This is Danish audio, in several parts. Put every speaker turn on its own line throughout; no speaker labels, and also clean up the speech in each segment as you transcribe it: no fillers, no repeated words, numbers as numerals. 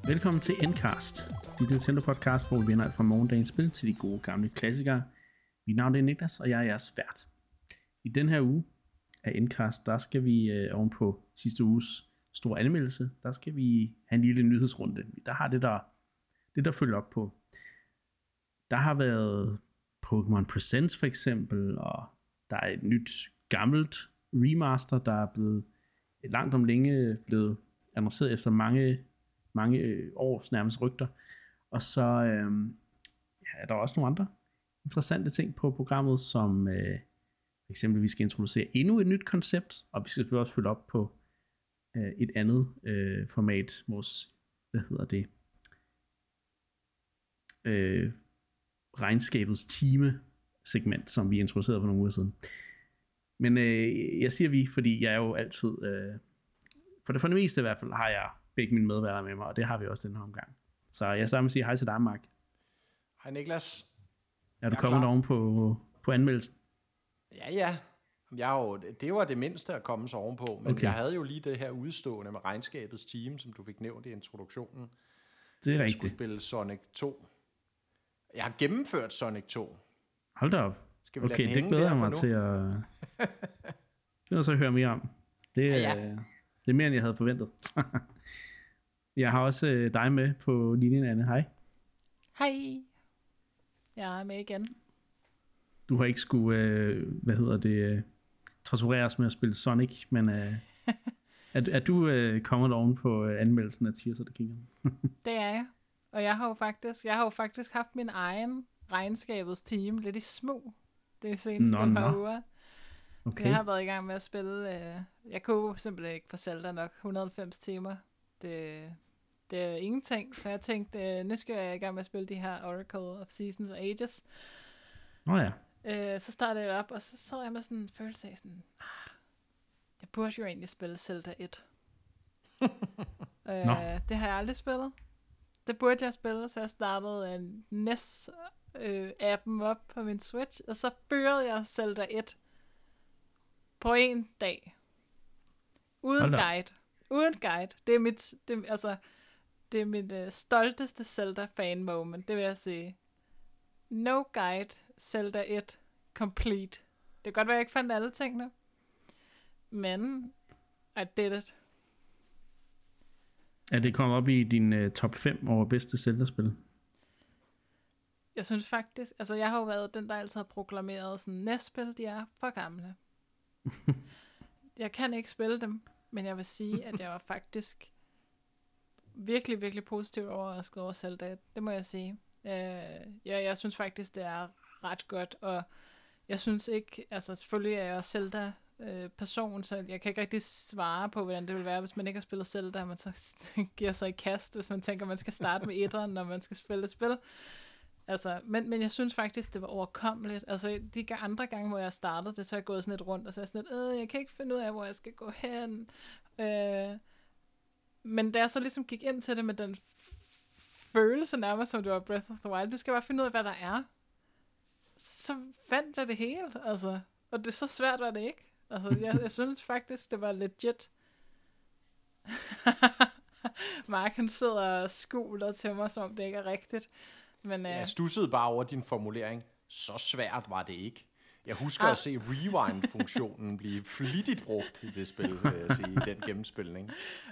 Velkommen til Endcast, dit Nintendo podcast, hvor vi vender alt fra morgendagens spil til de gode gamle klassikere. Mit navn er Niklas, og jeg er jeres vært. I den her uge af Endcast, der skal vi oven på sidste uges store anmeldelse, der skal vi have en lille nyhedsrunde. Der har det der følger op på. Der har været Pokémon Presents for eksempel, og der er et nyt gammelt remaster, der er blevet langt om længe blevet annonceret efter mange års nærmest rygter. Og så er der også nogle andre interessante ting på programmet, som eksempel vi skal introducere endnu et nyt koncept, og vi skal selvfølgelig også følge op på et andet format, vores, regnskabets time-segment, som vi introducerede for nogle uger siden. Men jeg siger vi, fordi jeg er jo altid, for det meste i hvert fald, har jeg begge mine medværter med mig, og det har vi også den her omgang. Så jeg starter med at sige hej til dig, Mark.
Hej Niklas.
Er du kommet oven på anmeldelsen?
Ja. Det var det mindste at komme så ovenpå, men okay. Jeg havde jo lige det her udstående med regnskabets team, som du fik nævnt i introduktionen.
Det er rigtigt.
Jeg skulle spille Sonic 2. Jeg har gennemført Sonic 2.
Hold da op. Okay, det glæder jeg mig til at høre mere om. Det er mere, end jeg havde forventet. Jeg har også dig med på linjen, Anne. Hej.
Hej. Jeg er med igen.
Du har ikke skulle, tortureres med at spille Sonic, men er du kommet oven på anmeldelsen af Tears of the Kingdom?
Det er jeg. Og jeg har jo faktisk haft min egen regnskabets team lidt i smug det seneste par uger. Okay. Jeg har været i gang med at spille. Jeg kunne simpelthen ikke få Zelda nok. 190 timer. Det er ingenting. Så jeg tænkte, nu skal jeg i gang med at spille de her Oracle of Seasons og Ages. Så startede jeg op, og så sad jeg med sådan en følelse af sådan, jeg burde jo egentlig spille Zelda 1. Det har jeg aldrig spillet. Det burde jeg spille, så jeg startede NES-appen op på min Switch, og så byrede jeg Zelda 1 på en dag. Uden guide. Det er mit stolteste Zelda-fan moment, det vil jeg sige. No guide, Zelda 1, complete. Det kan godt være, at jeg ikke fandt alle tingene, men I did it.
Er det kommet op i din top 5 over bedste Zelda-spil?
Jeg synes faktisk, jeg har jo været den, der altid har proklameret sådan, NES-spil, de er for gamle. Jeg kan ikke spille dem, men jeg vil sige, at jeg var faktisk virkelig, virkelig positivt overrasket over Zelda. Det må jeg sige. Jeg synes faktisk, det er ret godt, og jeg synes ikke, selvfølgelig er jeg Zelda person, så jeg kan ikke rigtig svare på, hvordan det vil være, hvis man ikke har spillet Zelda, og man så giver sig i kast, hvis man tænker, man skal starte med etteren, når man skal spille et spil. Men jeg synes faktisk, det var overkommeligt. De andre gange, hvor jeg startede det, så er jeg gået sådan lidt rundt, og så er jeg sådan lidt, jeg kan ikke finde ud af, hvor jeg skal gå hen. Men da jeg så ligesom gik ind til det med den følelse nærmest, som det var Breath of the Wild, du skal bare finde ud af, hvad der er. Så fandt jeg det hele, og det så svært var det ikke. Jeg synes faktisk, det var legit. Mark, han sidder og skuler til mig, som om det ikke er rigtigt. Men,
jeg stussede bare over din formulering. Så svært var det ikke. Jeg husker at se rewind-funktionen blive flittigt brugt i det spil, vil jeg sige, i den gennemspilning.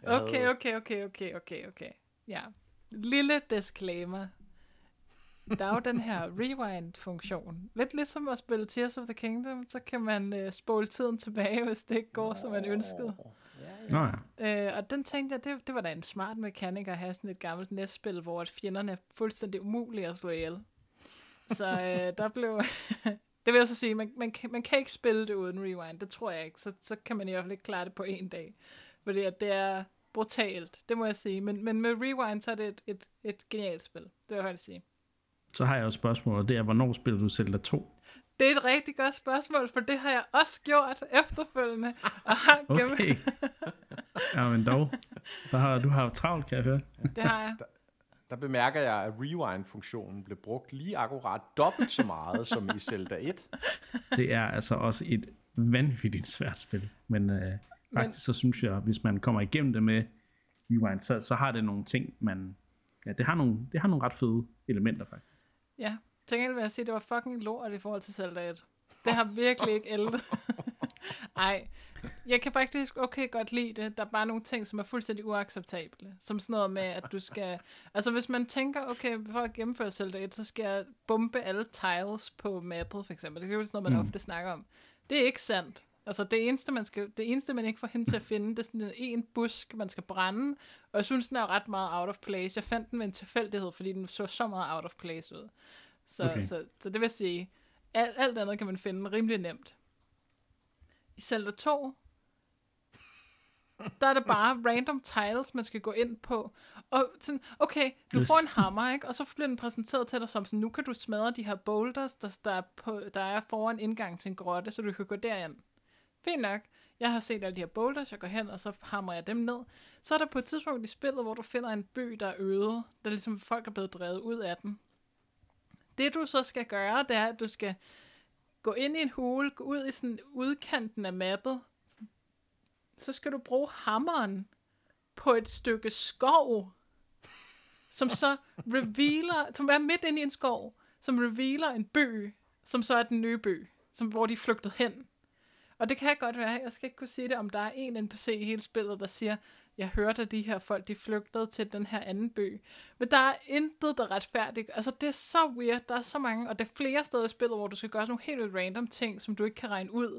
Okay. Ja. Lille disclaimer. Der er jo den her rewind-funktion. Lidt ligesom at spille Tears of the Kingdom, så kan man spole tiden tilbage, hvis det ikke går, som man ønskede. Og den tænkte jeg, det var da en smart mekanik at have sådan et gammelt NES-spil, hvor at fjenderne er fuldstændig umulige at slå ihjel. Så der blev... det vil jeg så sige, man kan ikke spille det uden rewind, det tror jeg ikke. Så kan man i hvert fald ikke klare det på en dag. Fordi at det er brutalt, det må jeg sige. Men med rewind, så er det et genialt spil, det vil jeg faktisk sige.
Så har jeg jo et spørgsmål, og det er, hvornår spiller du Zelda 2?
Det er et rigtig godt spørgsmål, for det har jeg også gjort efterfølgende.
Okay. Ja, men dog. Du har jo travlt, kan jeg høre.
Det har jeg.
Der bemærker jeg, at rewind-funktionen blev brugt lige akkurat dobbelt så meget som i Zelda 1.
Det er altså også et vanvittigt svært spil. Men faktisk så synes jeg, hvis man kommer igennem det med rewind, så har det nogle ting, man ja, det har nogle ret fede elementer, faktisk.
Ja, til gengæld vil jeg sige, at det var fucking lort i forhold til Zelda 1. Det har virkelig ikke ældet. Ej, jeg kan faktisk godt lide det. Der er bare nogle ting, som er fuldstændig uacceptable. Som sådan noget med, at du skal... Altså, hvis man tænker, okay, for at gennemføre Zelda 1, så skal jeg bombe alle tiles på mappet, for eksempel. Det er jo sådan noget, man ofte snakker om. Det er ikke sandt. Altså, det eneste, man ikke får hen til at finde, det er sådan en busk, man skal brænde. Og jeg synes, den er ret meget out of place. Jeg fandt den med en tilfældighed, fordi den så meget out of place ud. Så det vil sige, alt andet kan man finde rimelig nemt. I Zelda 2, der er det bare random tiles, man skal gå ind på. Og sådan, okay, du får en hammer, ikke? Og så bliver den præsenteret til dig som sådan, nu kan du smadre de her boulders, der er foran indgang til en grotte, så du kan gå derind. Fint nok. Jeg har set alle de her boulders, jeg går hen, og så hammer jeg dem ned. Så er der på et tidspunkt i spillet, hvor du finder en by, der er øde, der ligesom folk er blevet drevet ud af den. Det du så skal gøre, det er, at du skal gå ind i en hule, gå ud i sådan udkanten af mappet. Så skal du bruge hammeren på et stykke skov, som så revealer, som er midt inde i en skov, som revealer en by, som så er den nye by, hvor de er flygtet hen. Og det kan godt være, jeg skal ikke kunne sige det, om der er en NPC i hele spillet, der siger, jeg hørte, at de her folk, de flygtede til den her anden by. Men der er intet, der er retfærdigt. Altså, det er så weird. Der er så mange, og der er flere steder i spillet, hvor du skal gøre sådan nogle helt vildt random ting, som du ikke kan regne ud.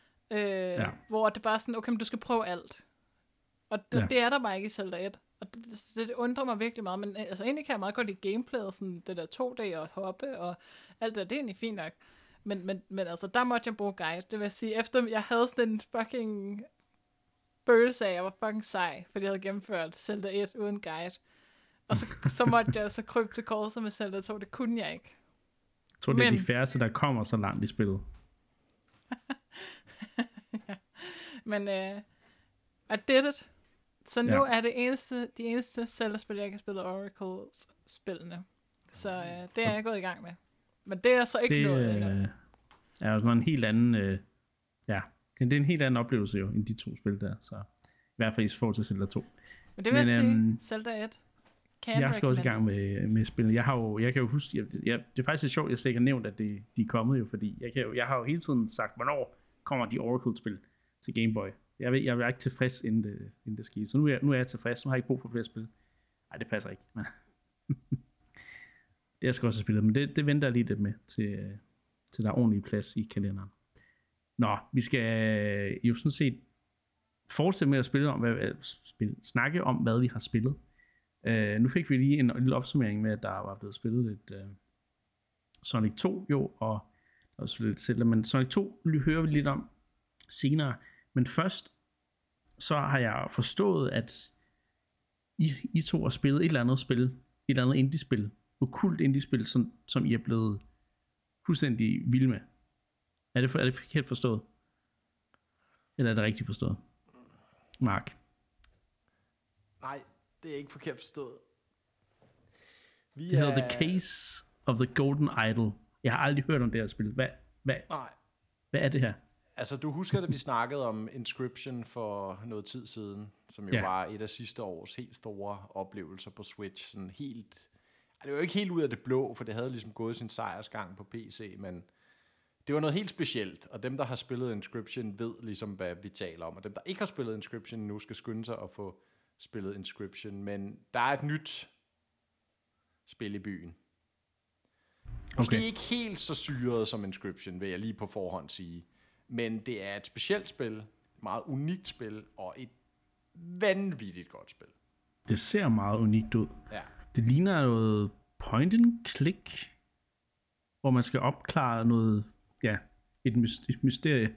Hvor det bare er sådan, okay, men du skal prøve alt. Og det er der bare ikke i Zelda 1. Og det undrer mig virkelig meget. Men altså, egentlig kan jeg meget godt lide gameplayet, sådan det der 2D og hoppe og alt det er egentlig fint nok. Men altså, der måtte jeg bruge guide. Det vil sige, efter jeg havde sådan en fucking følelse af, at jeg var fucking sej, fordi jeg havde gennemført Zelda 1 uden guide. Og så måtte jeg så krybe til korset med Zelda 2. Det kunne jeg ikke.
Jeg tror, det er de færreste, der kommer så langt i spillet.
Ja. Men I did it. Så nu er det de eneste Zelda-spil, jeg kan spille Oracle-spillene. Så det er jeg gået i gang med. Men det er så ikke noget endnu.
Er jo sådan en helt anden... det er en helt anden oplevelse jo, end de to spil der. Så i hvert fald i forhold til Zelda 2.
Men det vil jeg sige, Zelda 1.
Jeg skal også i gang med spillet. Jeg kan jo huske... det er faktisk lidt sjovt, at jeg slet ikke har nævnt, at de er kommet jo, fordi jeg har jo hele tiden sagt, hvornår kommer de Oracle-spil til Game Boy. Jeg var ikke tilfreds, inden det skete. Så nu er jeg tilfreds. Nu har jeg ikke brug for flere spil. Nej, det passer ikke. Men det jeg skal også have spillet, men det venter jeg lige lidt med, til der er ordentlig plads i kalenderen. Nå, vi skal jo sådan set fortsætte med at snakke om, hvad vi har spillet. Nu fik vi lige en lille opsummering med, at der var blevet spillet lidt Sonic 2 jo, og også lidt Zelda, men Sonic 2 hører vi lidt om senere. Men først, så har jeg forstået, at I to har spillet et eller andet spil, et eller andet indie-spil, okkult indie-spil, som I er blevet fuldstændig vilde med. Er det forkert forstået? Eller er det rigtigt forstået? Mark?
Nej, det er ikke forkert forstået.
Det hedder The Case of the Golden Idol. Jeg har aldrig hørt om det her spil. Hvad er det her?
Altså, du husker, at vi snakkede om Inscription for noget tid siden, som jo var et af sidste års helt store oplevelser på Switch. Sådan helt... Det var jo ikke helt ud af det blå, for det havde ligesom gået sin sejrsgang på PC, men det var noget helt specielt, og dem, der har spillet Inscription, ved ligesom, hvad vi taler om, og dem, der ikke har spillet Inscription, nu skal skynde sig at få spillet Inscription, men der er et nyt spil i byen. Måske ikke helt så syret som Inscription, vil jeg lige på forhånd sige, men det er et specielt spil, et meget unikt spil, og et vanvittigt godt spil.
Det ser meget unikt ud.
Ja.
Det ligner noget point and click, hvor man skal opklare noget, et mysterie.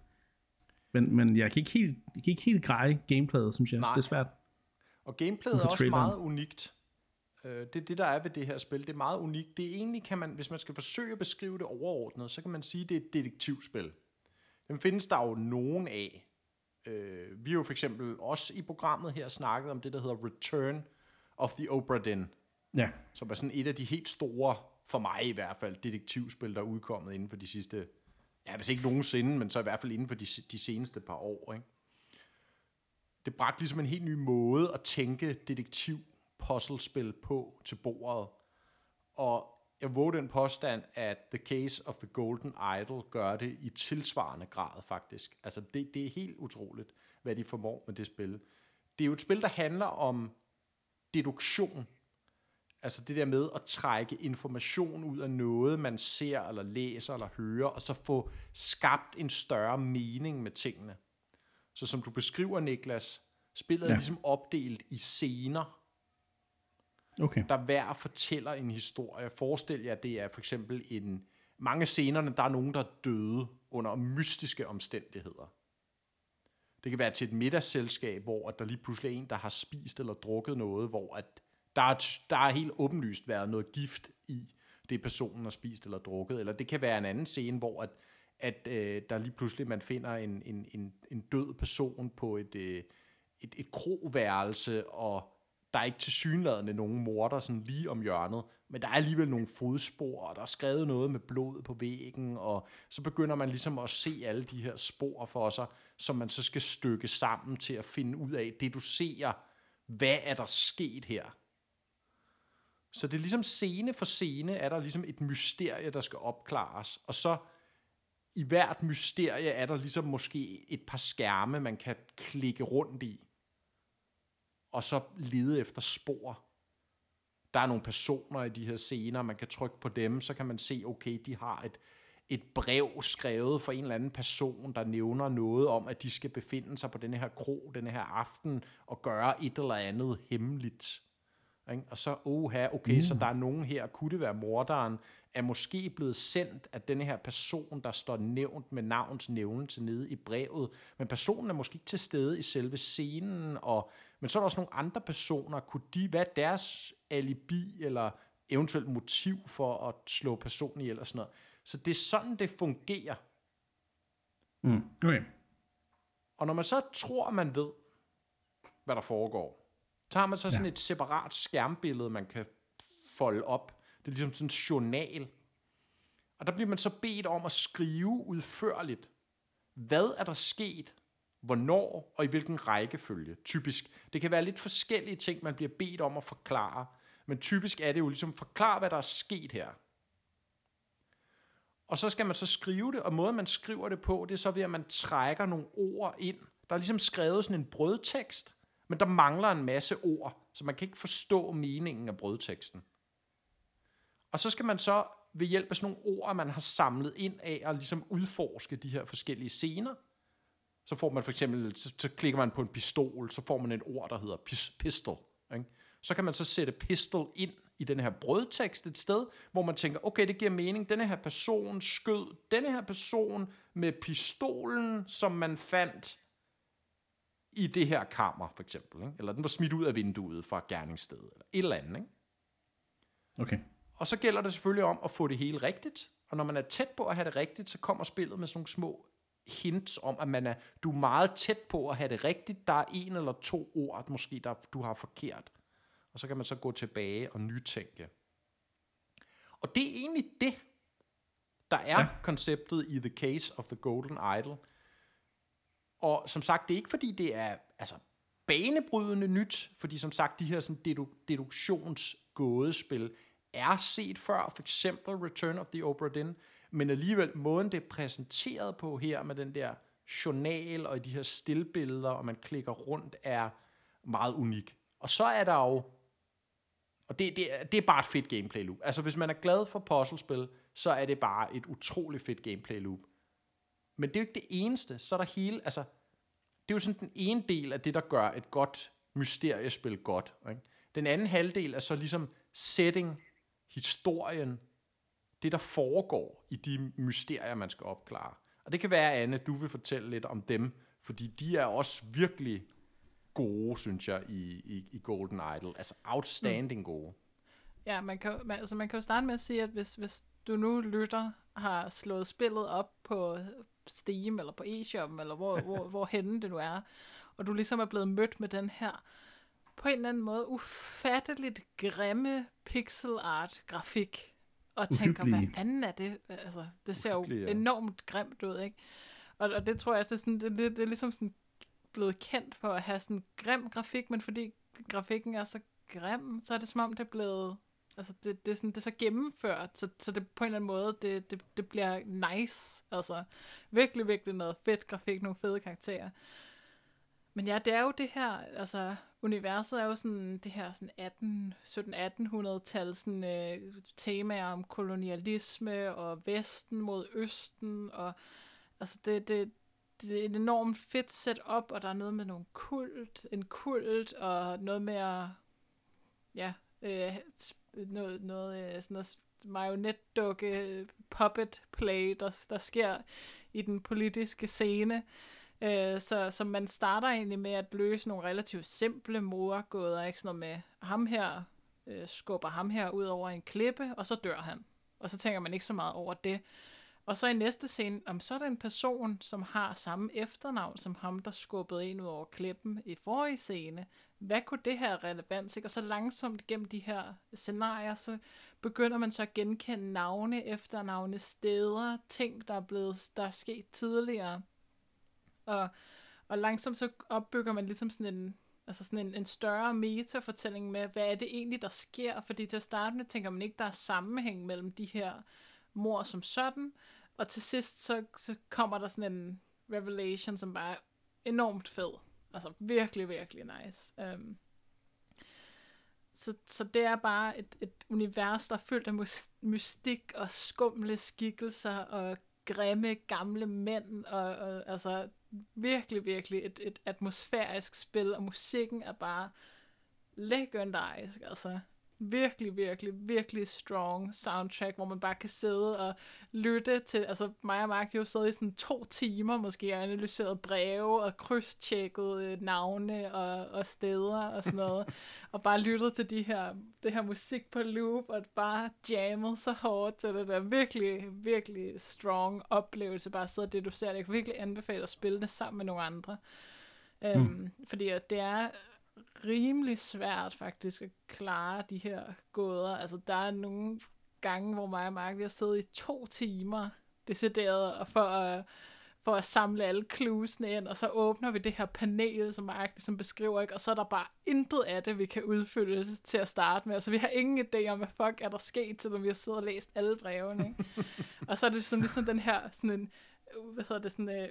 men jeg kan ikke helt greje gameplayet, synes jeg. Nej. Det er svært.
Og gameplayet er også meget unikt. Det der er ved det her spil, det er meget unikt. Det er egentlig, hvis man skal forsøge at beskrive det overordnet, så kan man sige, det er et detektivspil. Dem findes der jo nogen af. Vi har jo for eksempel også i programmet her snakket om det, der hedder Return of the Obra Dinn. Ja. Som er sådan et af de helt store, for mig i hvert fald, detektivspil, der er udkommet inden for de sidste, hvis ikke nogensinde, men så i hvert fald inden for de seneste par år. Ikke? Det bragte ligesom en helt ny måde at tænke detektiv puzzlespil på til bordet. Og jeg våger den påstand, at The Case of the Golden Idol gør det i tilsvarende grad, faktisk. Altså, det er helt utroligt, hvad de formår med det spil. Det er jo et spil, der handler om deduktion. Altså det der med at trække information ud af noget, man ser, eller læser, eller hører, og så få skabt en større mening med tingene. Så som du beskriver, Niklas, spillet er ligesom opdelt i scener, der hver fortæller en historie. Forestil jer, at det er for eksempel mange scenerne, der er nogen, der er døde under mystiske omstændigheder. Det kan være til et middagsselskab, hvor der lige pludselig er en, der har spist eller drukket noget, hvor at der er helt åbenlyst været noget gift i det, personen har spist eller drukket. Eller det kan være en anden scene, hvor at der lige pludselig man finder en død person på et kroværelse, og der er ikke tilsyneladende nogen morder sådan lige om hjørnet, men der er alligevel nogle fodspor, og der er skrevet noget med blod på væggen, og så begynder man ligesom at se alle de her spor for sig, som man så skal stykke sammen til at finde ud af, deducere, hvad er der sket her? Så det er ligesom scene for scene, er der ligesom et mysterie, der skal opklares, og så i hvert mysterie er der ligesom måske et par skærme, man kan klikke rundt i, og så lede efter spor. Der er nogle personer i de her scener, man kan trykke på dem, så kan man se, okay, de har et brev skrevet for en eller anden person, der nævner noget om, at de skal befinde sig på denne her kro, denne her aften, og gøre et eller andet hemmeligt. Og så, så der er nogen her, kunne det være morderen, er måske blevet sendt af denne her person, der står nævnt med navns nævnelse nede i brevet, men personen er måske ikke til stede i selve scenen, men så er der også nogle andre personer, kunne de være deres alibi, eller eventuelt motiv for at slå personen ihjel, eller sådan noget. Så det er sådan, det fungerer.
Okay.
Og når man så tror, man ved, hvad der foregår, så har man så sådan et separat skærmbillede, man kan folde op. Det er ligesom sådan en journal. Og der bliver man så bedt om at skrive udførligt, hvad er der sket, hvornår og i hvilken rækkefølge. Typisk. Det kan være lidt forskellige ting, man bliver bedt om at forklare. Men typisk er det jo ligesom forklare, hvad der er sket her. Og så skal man så skrive det, og måden man skriver det på, det er så ved, at man trækker nogle ord ind. Der er ligesom skrevet sådan en brødtekst, men der mangler en masse ord, så man kan ikke forstå meningen af brødteksten. Og så skal man så ved hjælp af sådan nogle ord, man har samlet ind af, og ligesom udforske de her forskellige scener. Så får man for eksempel, så klikker man på en pistol, så får man et ord, der hedder pistol. Ikke? Så kan man så sætte pistol ind i den her brødtekst et sted, hvor man tænker, okay, det giver mening, denne her person skød denne her person med pistolen, som man fandt i det her kammer, for eksempel. Ikke? Eller den var smidt ud af vinduet fra gerningsstedet, eller et eller andet. Ikke?
Okay.
Og så gælder det selvfølgelig om at få det hele rigtigt, og når man er tæt på at have det rigtigt, så kommer spillet med sådan nogle små hints om, at du er meget tæt på at have det rigtigt. Der er en eller to ord, måske du har forkert. Og så kan man så gå tilbage og nytænke. Og det er egentlig det, der er konceptet i The Case of the Golden Idol. Og som sagt, det er ikke fordi, det er banebrydende nyt, fordi som sagt, de her sådan deduktionsgådespil er set før, for eksempel Return of the Obra Dinn, men alligevel måden det er præsenteret på her, med den der journal og de her stillbilleder, og man klikker rundt, er meget unik. Og så er der jo, og det er bare et fedt gameplay loop. Altså hvis man er glad for puzzlespil, så er det bare et utroligt fedt gameplay loop. Men det er jo ikke det eneste, så er der hele, det er jo sådan den ene del af det, der gør et godt mysteriespil godt. Ikke? Den anden halvdel er så ligesom setting, historien, det der foregår i de mysterier, man skal opklare. Og det kan være, Anne, du vil fortælle lidt om dem, fordi de er også virkelig gode, synes jeg, i Golden Idol. Altså outstanding gode. Ja,
man kan jo starte med at sige, at hvis du nu lytter, har slået spillet op på Steam, eller på eShop, eller hvor henne det nu er, og du ligesom er blevet mødt med den her, på en eller anden måde, ufatteligt grimme pixel art grafik, og tænker, hvad fanden er det? Altså, det ser jo enormt grimt ud, ikke? Og det tror jeg, det er ligesom sådan blevet kendt for at have sådan grim grafik, men fordi grafikken er så grim, så er det som om, det er blevet... Altså, det er så gennemført, så det på en eller anden måde, det bliver nice. Altså, virkelig, virkelig noget fedt grafik, nogle fede karakterer. Men ja, det er jo det her, altså, universet er jo sådan, det her sådan 1700-1800-tal sådan, temaer om kolonialisme og Vesten mod Østen, og altså, det er et enormt fedt setup, og der er noget med en kult, og noget med at, ja, noget sådan noget marionetdukke, puppet play, der sker i den politiske scene. Så man starter egentlig med at løse nogle relativt simple morgåder, ikke, sådan noget med ham her, skubber ham her ud over en klippe, og så dør han. Og så tænker man ikke så meget over det. Og så i næste scene, så er der en person, som har samme efternavn som ham, der skubbede en ud over klippen i forrige scene. Hvad kunne det her relevans, ikke? Og så langsomt gennem de her scenarier, så begynder man så at genkende navne, efternavne, steder, ting, der er sket tidligere. Og langsomt så opbygger man ligesom sådan en større metafortælling med, hvad er det egentlig, der sker? Fordi til at starte med tænker man ikke, der er sammenhæng mellem de her mord som sådan, og til sidst så kommer der sådan en revelation, som bare er enormt fed. Altså virkelig, virkelig nice. Så det er bare et univers, der er fyldt af mystik og skumle skikkelser og grimme gamle mænd, og altså virkelig, virkelig et atmosfærisk spil, og musikken er bare legendarisk, altså virkelig, virkelig, virkelig strong soundtrack, hvor man bare kan sidde og lytte til, altså mig og Mark jo sad i sådan 2 timer måske, og analyseret breve, og krydstjekket navne og steder og sådan noget, og bare lyttet til det her musik på loop, og bare jammet så hårdt til det der virkelig, virkelig strong oplevelse, bare sidde og deducere det. Jeg kan virkelig anbefale at spille det sammen med nogle andre, fordi det er rimelig svært faktisk at klare de her gåder. Altså der er nogle gange, hvor mig og Mark vi har siddet i 2 timer decideret og for at samle alle cluesene ind, og så åbner vi det her panel, som Mark ligesom beskriver, ikke? Og så er der bare intet af det, vi kan udfylde til at starte med. Altså vi har ingen idé om, hvad fuck er der sket, selvom vi har siddet og læst alle brevene, ikke? Og så er det ligesom den her sådan en,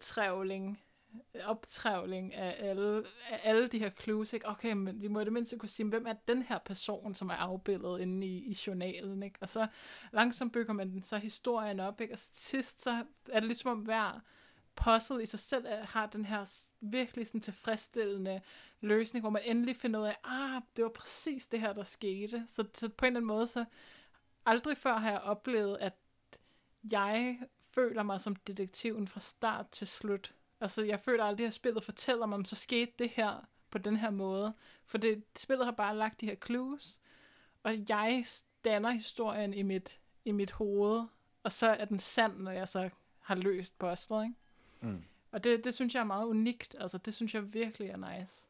optrævling af alle de her clues, ikke? Okay, men vi må i det mindste kunne sige, hvem er den her person, som er afbildet inde i journalen, ikke? Og så langsomt bygger man så historien op, ikke? Og sidst så er det ligesom om hver puzzle i sig selv har den her virkelig sådan tilfredsstillende løsning, hvor man endelig finder ud af, det var præcis det her, der skete. Så på en eller anden måde, så aldrig før har jeg oplevet, at jeg føler mig som detektiven fra start til slut. Altså, jeg føler aldrig, at spillet fortæller mig, om så skete det her på den her måde. For spillet har bare lagt de her clues, og jeg danner historien i mit hoved, og så er den sand, når jeg så har løst puzzlet, ikke? Mm. Og det synes jeg er meget unikt. Altså, det synes jeg virkelig er nice.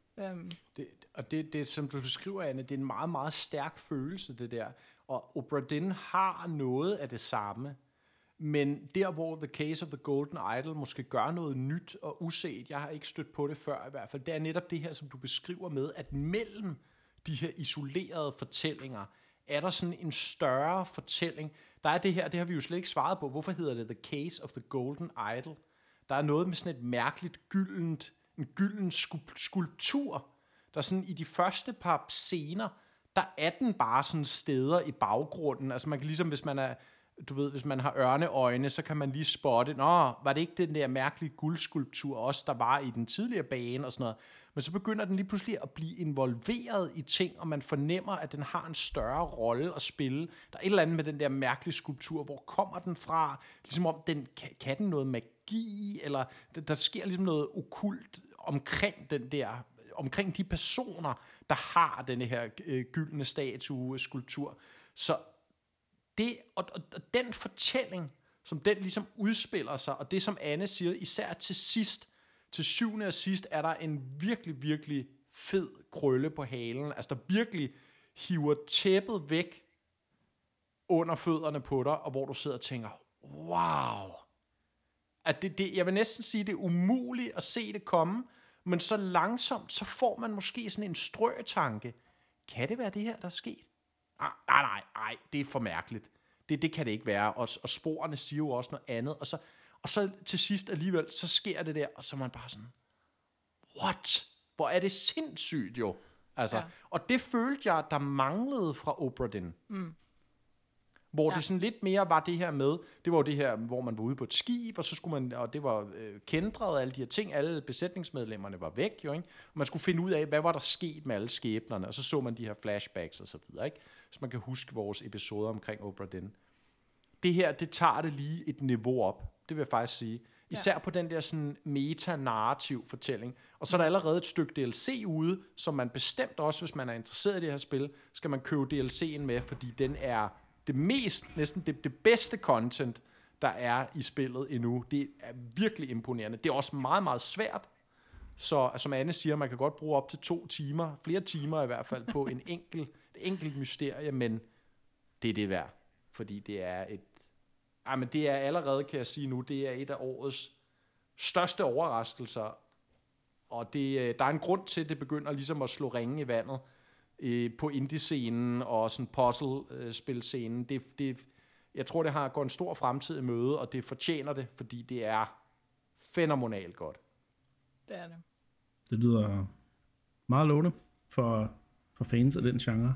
Det, som du beskriver, Anne, det er en meget, meget stærk følelse, det der. Og Obra Dinn har noget af det samme. Men der, hvor The Case of the Golden Idol måske gør noget nyt og uset, jeg har ikke stødt på det før i hvert fald, det er netop det her, som du beskriver med, at mellem de her isolerede fortællinger, er der sådan en større fortælling. Der er det her, det har vi jo slet ikke svaret på. Hvorfor hedder det The Case of the Golden Idol? Der er noget med sådan et mærkeligt en gylden skulptur, der sådan i de første par scener, der er den bare sådan steder i baggrunden. Altså man kan ligesom, hvis man er, du ved, hvis man har ørneøjne, så kan man lige spotte, var det ikke den der mærkelige guldskulptur også, der var i den tidligere bane og sådan noget. Men så begynder den lige pludselig at blive involveret i ting, og man fornemmer, at den har en større rolle at spille. Der er et eller andet med den der mærkelige skulptur. Hvor kommer den fra? Ligesom om, kan den noget magi? Eller der sker ligesom noget okkult omkring de personer, der har denne her gyldne statue-skulptur. Så det, og den fortælling, som den ligesom udspiller sig, og det som Anne siger, især til syvende og sidst, er der en virkelig, virkelig fed krølle på halen, altså der virkelig hiver tæppet væk under fødderne på dig, og hvor du sidder og tænker, wow, at jeg vil næsten sige, det er umuligt at se det komme, men så langsomt, så får man måske sådan en strøtanke, kan det være det her, der er sket? Nej, det er for mærkeligt. Det kan det ikke være, og sporene siger jo også noget andet, og så til sidst alligevel, så sker det der, og så er man bare sådan, what? Hvor er det sindssygt jo. Altså, ja. Og det følte jeg, der manglede fra Obra Dinn. Hvor det sådan lidt mere var det her med, det var jo det her, hvor man var ude på et skib, og så skulle man, og det var kendret og alle de her ting, alle besætningsmedlemmerne var væk jo, ikke? Og man skulle finde ud af, hvad var der sket med alle skæbnerne, og så man de her flashbacks og så videre, ikke? Så man kan huske vores episoder omkring Obra Dinn. Det her, det tager det lige et niveau op, det vil jeg faktisk sige. Især på den der sådan meta-narrativ fortælling. Og så er der allerede et stykke DLC ude, som man bestemt også, hvis man er interesseret i det her spil, skal man købe DLC'en med, fordi den er det mest, næsten det bedste content, der er i spillet endnu. Det er virkelig imponerende. Det er også meget, meget svært. Så som Anne siger, man kan godt bruge op til 2 timer, flere timer i hvert fald, på et enkelt mysterie, men det er det værd. Fordi det er men det er allerede, kan jeg sige nu, det er et af årets største overraskelser. Og der er en grund til, at det begynder ligesom at slå ringe i vandet på indie-scenen og sådan puzzle-spil-scenen. Jeg tror, det har gået en stor fremtid i møde, og det fortjener det, fordi det er fænomenalt godt. Det er det.
Det lyder meget lovende for fans af den genre.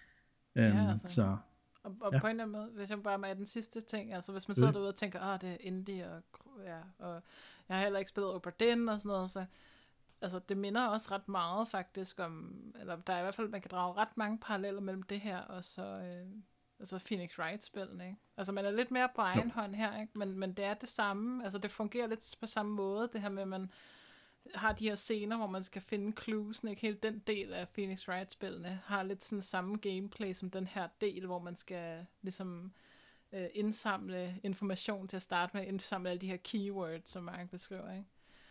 Altså.
Så
Og på en eller anden måde, hvis jeg bare med den sidste ting, altså hvis man sidder derude og tænker, det er indie, og jeg har heller ikke spillet Obra Dinn og sådan noget, så altså det minder også ret meget faktisk om, eller der er i hvert fald, man kan drage ret mange paralleller mellem det her, og så altså Phoenix Wright-spillene, ikke? Altså man er lidt mere på egen hånd her, ikke? Men det er det samme, altså det fungerer lidt på samme måde, det her med, at man har de her scener, hvor man skal finde cluesene, ikke? Hele den del af Phoenix Wright-spillene har lidt sådan samme gameplay som den her del, hvor man skal ligesom indsamle information til at starte med, indsamle alle de her keywords, som Mark beskriver, ikke?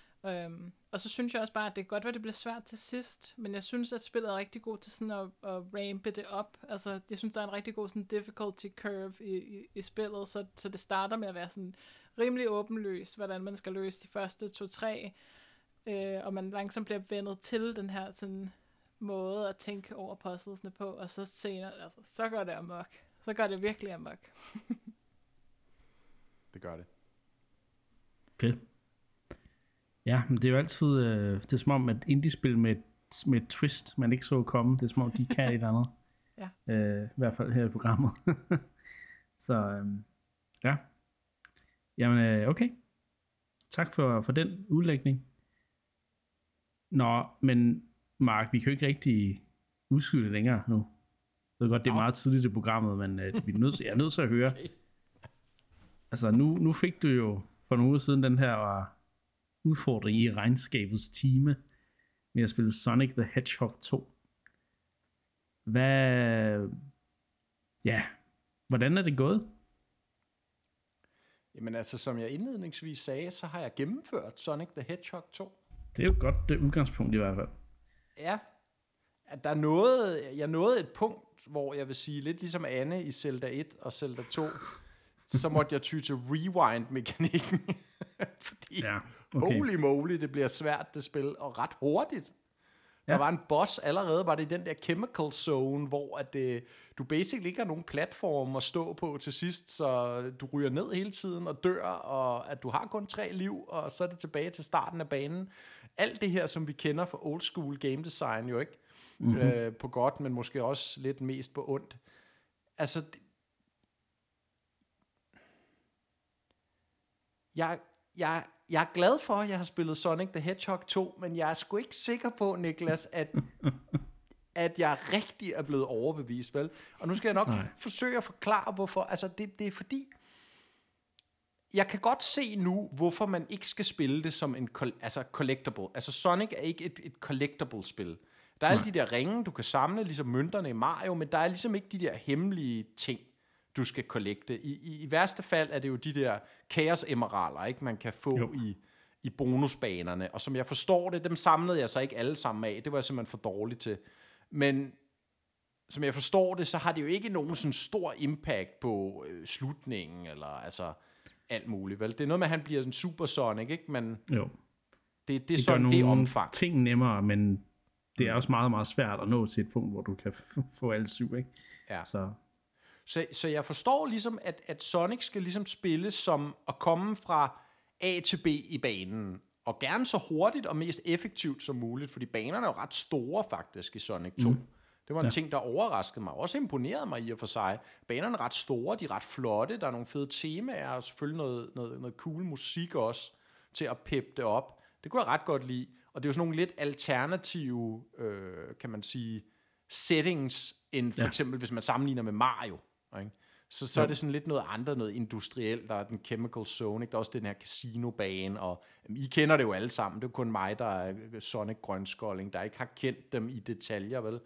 Og så synes jeg også bare, at det er godt, at det bliver svært til sidst, men jeg synes, at spillet er rigtig god til sådan at rampe det op. Altså, jeg synes, der er en rigtig god sådan difficulty curve i spillet, så det starter med at være sådan rimelig åbenløs, hvordan man skal løse de første 2-3, og man langsomt bliver vendet til den her sådan måde at tænke over puzzlesne på, og så senere, altså, så går det amok. Så går det virkelig amok.
Det gør det.
Fedt. Ja, men det er jo altid, det er som om, at indie-spil med et twist, man ikke så komme, det er som om, de kan et eller andet. I hvert fald her i programmet. Så ja. Jamen, okay. Tak for den udlægning. Nå, men Mark, vi kan jo ikke rigtig udskyde det længere nu. Jeg ved godt, det er meget tidligt i programmet, men jeg er nødt til at høre. Okay. Altså, nu fik du jo for nogle uger siden den her udfordring i regnskabets time med at spille Sonic the Hedgehog 2. Hvordan er det gået?
Jamen altså, som jeg indledningsvis sagde, så har jeg gennemført Sonic the Hedgehog 2.
Det er jo godt det udgangspunkt i hvert fald.
Ja, jeg nåede et punkt, hvor jeg vil sige, lidt ligesom Anne i Zelda 1 og Zelda 2, så måtte jeg ty til rewind-mekanikken. Fordi holy moly, det bliver svært det spil, og ret hurtigt. Der var en boss allerede, var det i den der chemical zone, hvor at du basically ikke har nogen platform at stå på til sidst, så du ryger ned hele tiden og dør, og at du har kun 3 liv, og så er det tilbage til starten af banen. Alt det her, som vi kender fra old school game design jo ikke, på godt, men måske også lidt mest på ondt. Altså, jeg er glad for, at jeg har spillet Sonic the Hedgehog 2, men jeg er sgu ikke sikker på, Niklas, at jeg rigtig er blevet overbevist, vel? Og nu skal jeg nok forsøge at forklare, hvorfor. Altså, det er fordi, jeg kan godt se nu, hvorfor man ikke skal spille det som en collectible. Altså, Sonic er ikke et collectible-spil. Der er alle de der ringe, du kan samle, ligesom mønterne i Mario, men der er ligesom ikke de der hemmelige ting, du skal collecte. I værste fald er det jo de der kaos-emeralder, ikke, man kan få i bonusbanerne. Og som jeg forstår det, dem samlede jeg så ikke alle sammen af. Det var jeg simpelthen for dårlig til. Men som jeg forstår det, så har det jo ikke nogen sådan stor impact på slutningen, eller altså alt muligt, vel? Det er noget med, at han bliver en Super Sonic, ikke? Men det er sådan det omfang.
Ting nemmere, men det er også meget, meget svært at nå til et punkt, hvor du kan få alle 7, ikke?
Ja.
Så
jeg forstår ligesom, at Sonic skal ligesom spilles som at komme fra A til B i banen, og gerne så hurtigt og mest effektivt som muligt, fordi banerne er jo ret store faktisk i Sonic 2. Det var en ting, der overraskede mig. Også imponerede mig i og for sig. Banerne er ret store, de er ret flotte, der er nogle fede temaer, og selvfølgelig noget cool musik også, til at peppe det op. Det kunne jeg ret godt lide. Og det er jo sådan nogle lidt alternative, kan man sige, settings, end for eksempel, hvis man sammenligner med Mario. Ikke? Så er det sådan lidt noget andet, noget industrielt. Der er den Chemical Zone, ikke? Der er også den her casinobane, og I kender det jo alle sammen. Det er jo kun mig, der er Sonic Grønskolling, der ikke har kendt dem i detaljer, vel?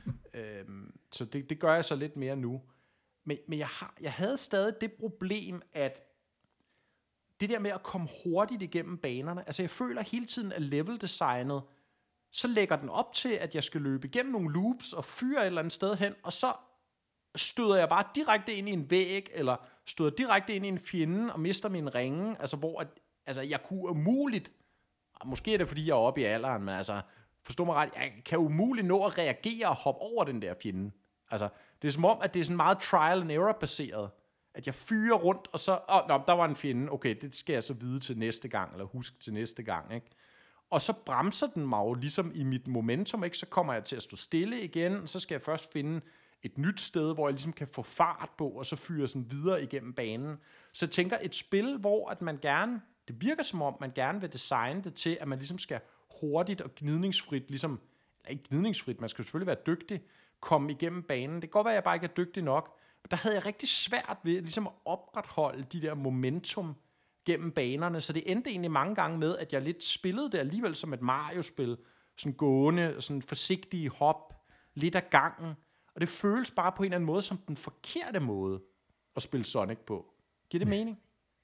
Så det gør jeg så lidt mere nu. Men jeg havde stadig det problem, at det der med at komme hurtigt igennem banerne, altså jeg føler hele tiden, at leveldesignet, så lægger den op til, at jeg skal løbe igennem nogle loops og fyre et eller andet sted hen, og så støder jeg bare direkte ind i en væg, eller støder direkte ind i en fjende og mister min ringe, altså hvor jeg kunne umuligt, måske er det fordi jeg er oppe i alderen, men altså, forstå mig ret, jeg kan umuligt nå at reagere og hoppe over den der fjende. Altså, det er som om, at det er sådan meget trial and error baseret, at jeg fyrer rundt, og så, der var en fjende, okay, det skal jeg så vide til næste gang, eller huske til næste gang, ikke? Og så bremser den mig jo ligesom i mit momentum, ikke? Så kommer jeg til at stå stille igen, så skal jeg først finde et nyt sted, hvor jeg ligesom kan få fart på, og så fyre sådan videre igennem banen. Så jeg tænker, et spil, hvor at man gerne, det virker som om, man gerne vil designe det til, at man ligesom skal hurtigt og gnidningsfrit, ligesom, eller ikke gnidningsfrit, man skal selvfølgelig være dygtig, komme igennem banen. Det kan godt være, at jeg bare ikke er dygtig nok, men der havde jeg rigtig svært ved ligesom at opretholde de der momentum gennem banerne, så det endte egentlig mange gange med, at jeg lidt spillede det alligevel som et Mario-spil, sådan gående, sådan forsigtige hop, lidt af gangen, og det føles bare på en eller anden måde som den forkerte måde at spille Sonic på. Giver det mening?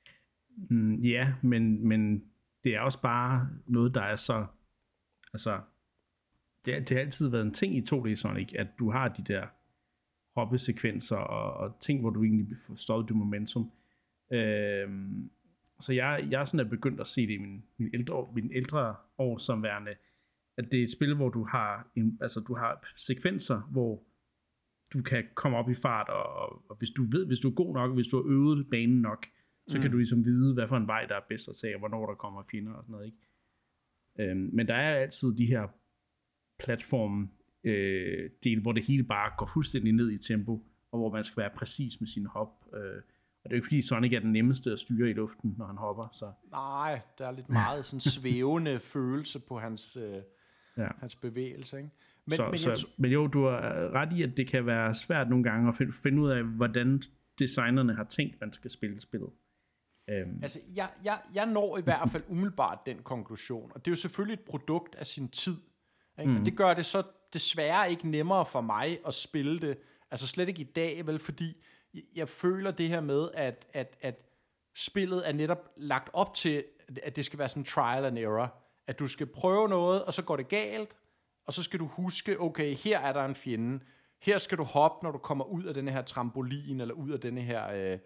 Ja, men det er også bare noget, der er så, altså, det har altid været en ting i 2D Sonic, at du har de der hoppesekvenser og ting, hvor du egentlig får stoppet det momentum. Så jeg er sådan begyndt at se det i min ældre år som værende, at det er et spil, hvor du har du har sekvenser, hvor du kan komme op i fart, og hvis du er god nok, og hvis du har øvet banen nok, så kan du ligesom vide, hvad for en vej, der er bedst at tage, og hvornår der kommer fjender og sådan noget, ikke? Men der er altid de her platform del, hvor det hele bare går fuldstændig ned i tempo, og hvor man skal være præcis med sin hop. Og det er jo ikke fordi Sonic er den nemmeste at styre i luften, når han hopper. Så.
Nej, der er lidt meget sådan svævende følelse på hans bevægelse, ikke?
Men jo, du har ret i, at det kan være svært nogle gange at finde ud af, hvordan designerne har tænkt, man skal spille spillet.
Altså, jeg når i hvert fald umiddelbart den konklusion, og det er jo selvfølgelig et produkt af sin tid. Ikke? Og det gør det så desværre ikke nemmere for mig at spille det, altså slet ikke i dag, vel, fordi jeg føler det her med, at spillet er netop lagt op til, at det skal være sådan trial and error, at du skal prøve noget, og så går det galt, og så skal du huske, okay, her er der en fjende, her skal du hoppe, når du kommer ud af denne her trampolin, eller ud af denne her,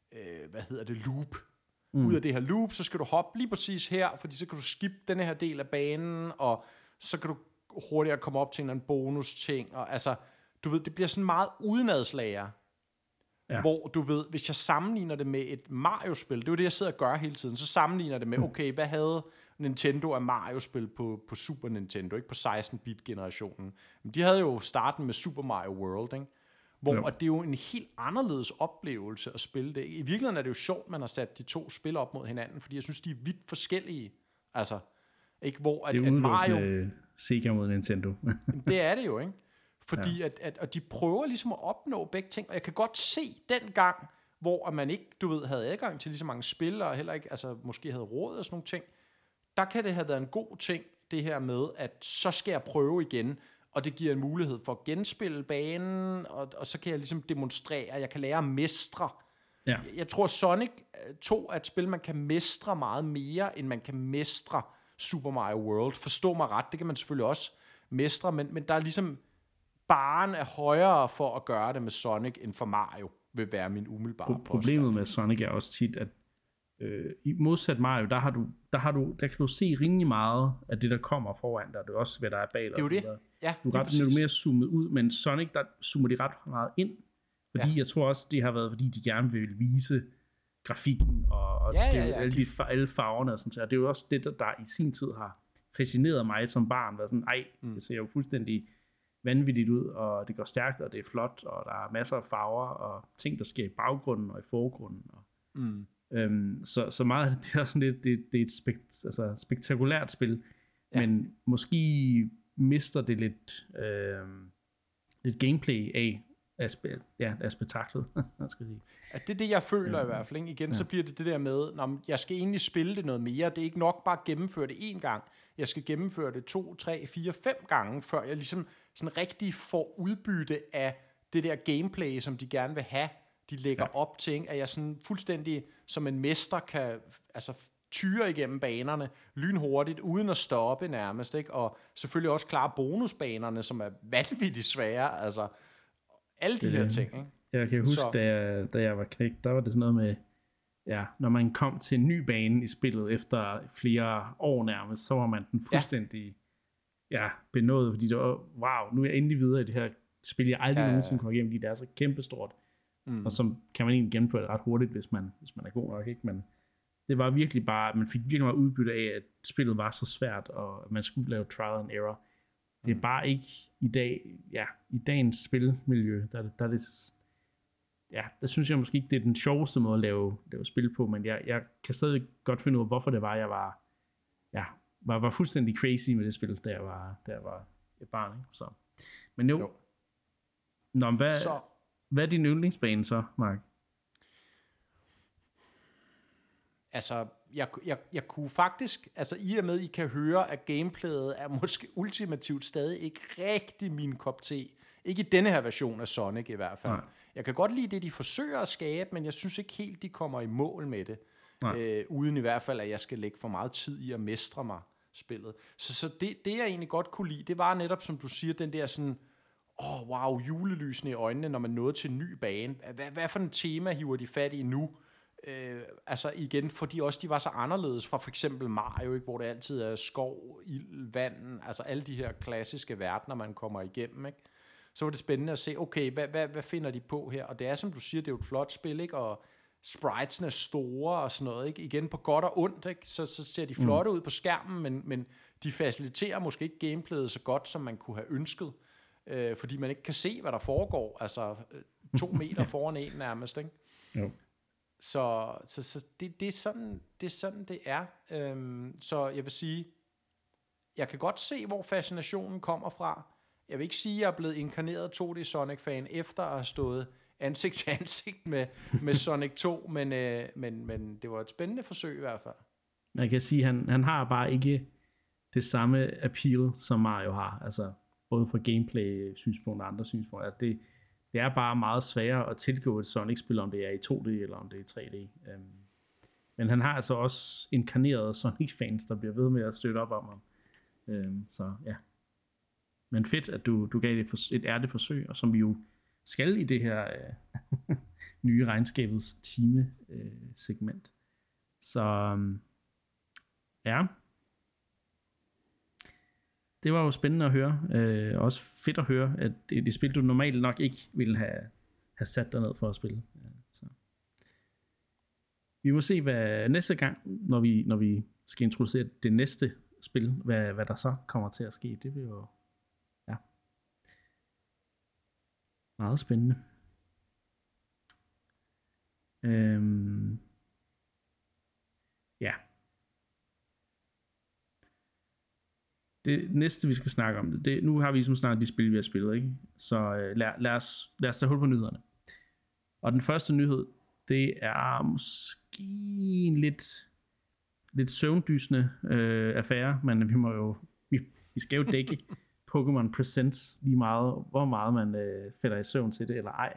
loop. Ud af det her loop, så skal du hoppe lige præcis her, fordi så kan du skippe denne her del af banen, og så kan du hurtigere komme op til en eller anden bonus-ting, og altså, du ved, det bliver sådan meget udenadslager, hvor du ved, hvis jeg sammenligner det med et Mario-spil, det er jo det, jeg sidder og gør hele tiden, så sammenligner det med, okay, hvad havde Nintendo af Mario-spil på Super Nintendo, ikke på 16-bit-generationen. Men de havde jo starten med Super Mario World, ikke? Hvor det er jo en helt anderledes oplevelse at spille det. I virkeligheden er det jo sjovt, man har sat de to spil op mod hinanden, fordi jeg synes, de er vidt forskellige. Altså, ikke? Hvor
det er Mario Sega mod Nintendo.
Det er det jo, ikke? Fordi at de prøver ligesom at opnå begge ting, og jeg kan godt se den gang, hvor man ikke, du ved, havde adgang til lige så mange spil, og heller ikke, altså måske havde råd og sådan nogle ting, der kan det have været en god ting, det her med, at så skal jeg prøve igen, og det giver en mulighed for at genspille banen, og så kan jeg ligesom demonstrere, jeg kan lære at mestre. Ja. Jeg tror, Sonic 2 er et spil, man kan mestre meget mere, end man kan mestre Super Mario World. Forstå mig ret, det kan man selvfølgelig også mestre, men der er ligesom, barren er højere for at gøre det med Sonic, end for Mario, vil være min umiddelbare påstand.
Problemet med Sonic er også tit, at i modsat Mario, der kan du se rimelig meget af det, der kommer foran dig. Det er også, hvad der er bag dig.
Det er jo det. Ja,
du er ret mere zoomet ud, men Sonic, der zoomer de ret meget ind. Fordi jeg tror også, det har været, fordi de gerne vil vise grafikken og alle farverne og sådan noget. Og det er jo også det, der i sin tid har fascineret mig som barn. Var sådan, det ser jo fuldstændig vanvittigt ud, og det går stærkt, og det er flot, og der er masser af farver, og ting, der sker i baggrunden og i forgrunden. Og, så meget af det er sådan lidt, det er et spektakulært spil, men måske mister det lidt gameplay af spektaklet, skal sige.
At det er det, jeg føler i hvert fald. Ikke? Igen, så bliver det der med, jeg skal egentlig spille det noget mere. Det er ikke nok bare at gennemføre det 1 gang. Jeg skal gennemføre det 2, 3, 4, 5 gange, før jeg ligesom sådan rigtig får udbytte af det der gameplay, som de gerne vil have, de lægger op til. Ikke? At jeg sådan fuldstændig som en mester kan tyre igennem banerne lynhurtigt, uden at stoppe nærmest. Ikke? Og selvfølgelig også klare bonusbanerne, som er vanvittigt svære. Altså, alle de her ting. Ikke?
Jeg kan huske, da jeg var knægt, der var det sådan noget med, når man kom til en ny bane i spillet efter flere år nærmest, så var man den fuldstændig benådet, fordi det var, wow, nu er jeg endelig videre i det her spil, jeg aldrig nogensinde kommer igennem, fordi det er så kæmpestort. Og så kan man egentlig gennemføre det ret hurtigt, hvis man er god nok, ikke? Men det var virkelig bare, man fik virkelig meget udbytte af, at spillet var så svært, og man skulle lave trial and error. Det er bare ikke i dag, i dagens spilmiljø, der er det, der synes jeg måske ikke, det er den sjoveste måde at lave spil på, men jeg kan stadig godt finde ud af, hvorfor det var, jeg var fuldstændig crazy med det spil, da jeg var et barn, ikke? Så. Men jo. Nå, hvad er din yndlingsbane så, Mark?
Altså, jeg kunne faktisk, i og med, I kan høre, at gameplayet er måske ultimativt stadig ikke rigtig min kop te. Ikke i denne her version af Sonic i hvert fald. Nej. Jeg kan godt lide det, de forsøger at skabe, men jeg synes ikke helt, de kommer i mål med det. Uden i hvert fald, at jeg skal lægge for meget tid i at mestre mig spillet. Så det jeg egentlig godt kunne lide, det var netop, som du siger, den der sådan, wow, julelysene i øjnene, når man nåede til en ny bane. Hvad for en tema hiver de fat i nu? Igen, fordi også de var så anderledes fra for eksempel Mario, ikke, hvor det altid er skov, ild, vand, altså alle de her klassiske verdener, man kommer igennem, ikke? Så var det spændende at se, okay, hvad finder de på her? Og det er, som du siger, det er jo et flot spil, ikke? Og spritesne er store og sådan noget, ikke? Igen på godt og ondt, ikke? Så ser de flotte ud på skærmen, men de faciliterer måske ikke gameplayet så godt, som man kunne have ønsket, fordi man ikke kan se, hvad der foregår, 2 meter foran en nærmest, ikke?
Jo.
Så det er sådan, det er. Så jeg vil sige, jeg kan godt se, hvor fascinationen kommer fra. Jeg vil ikke sige, at jeg er blevet inkarneret 2D Sonic-fan, efter at have stået ansigt til ansigt med Sonic 2, men det var et spændende forsøg i hvert fald.
Jeg kan sige, at han har bare ikke det samme appeal, som Mario har. Altså, både fra gameplay-synspunkt og andre synspunkter. Altså, det er bare meget sværere at tilgå et Sonic-spil, om det er i 2D eller om det er i 3D. Men han har altså også inkarnerede Sonic-fans, der bliver ved med at støtte op om ham. Så ja. Men fedt, at du gav det et ærligt forsøg, og som vi jo skal i det her nye regnskabets time-segment. Så ja. Det var jo spændende at høre. Også fedt at høre, at det er et spil, du normalt nok ikke ville have sat dig ned for at spille. Så. Vi må se, hvad næste gang, når vi skal introducere det næste spil, hvad der så kommer til at ske. Det bliver jo meget spændende. Ja. Det næste, vi skal snakke om, nu har vi som snart de spil, vi har spillet, ikke? Så lad os tage hul på nyhederne. Og den første nyhed, det er måske en lidt søvndysende affære, men vi skal jo dække Pokémon Presents lige meget, hvor meget man falder i søvn til det, eller ej.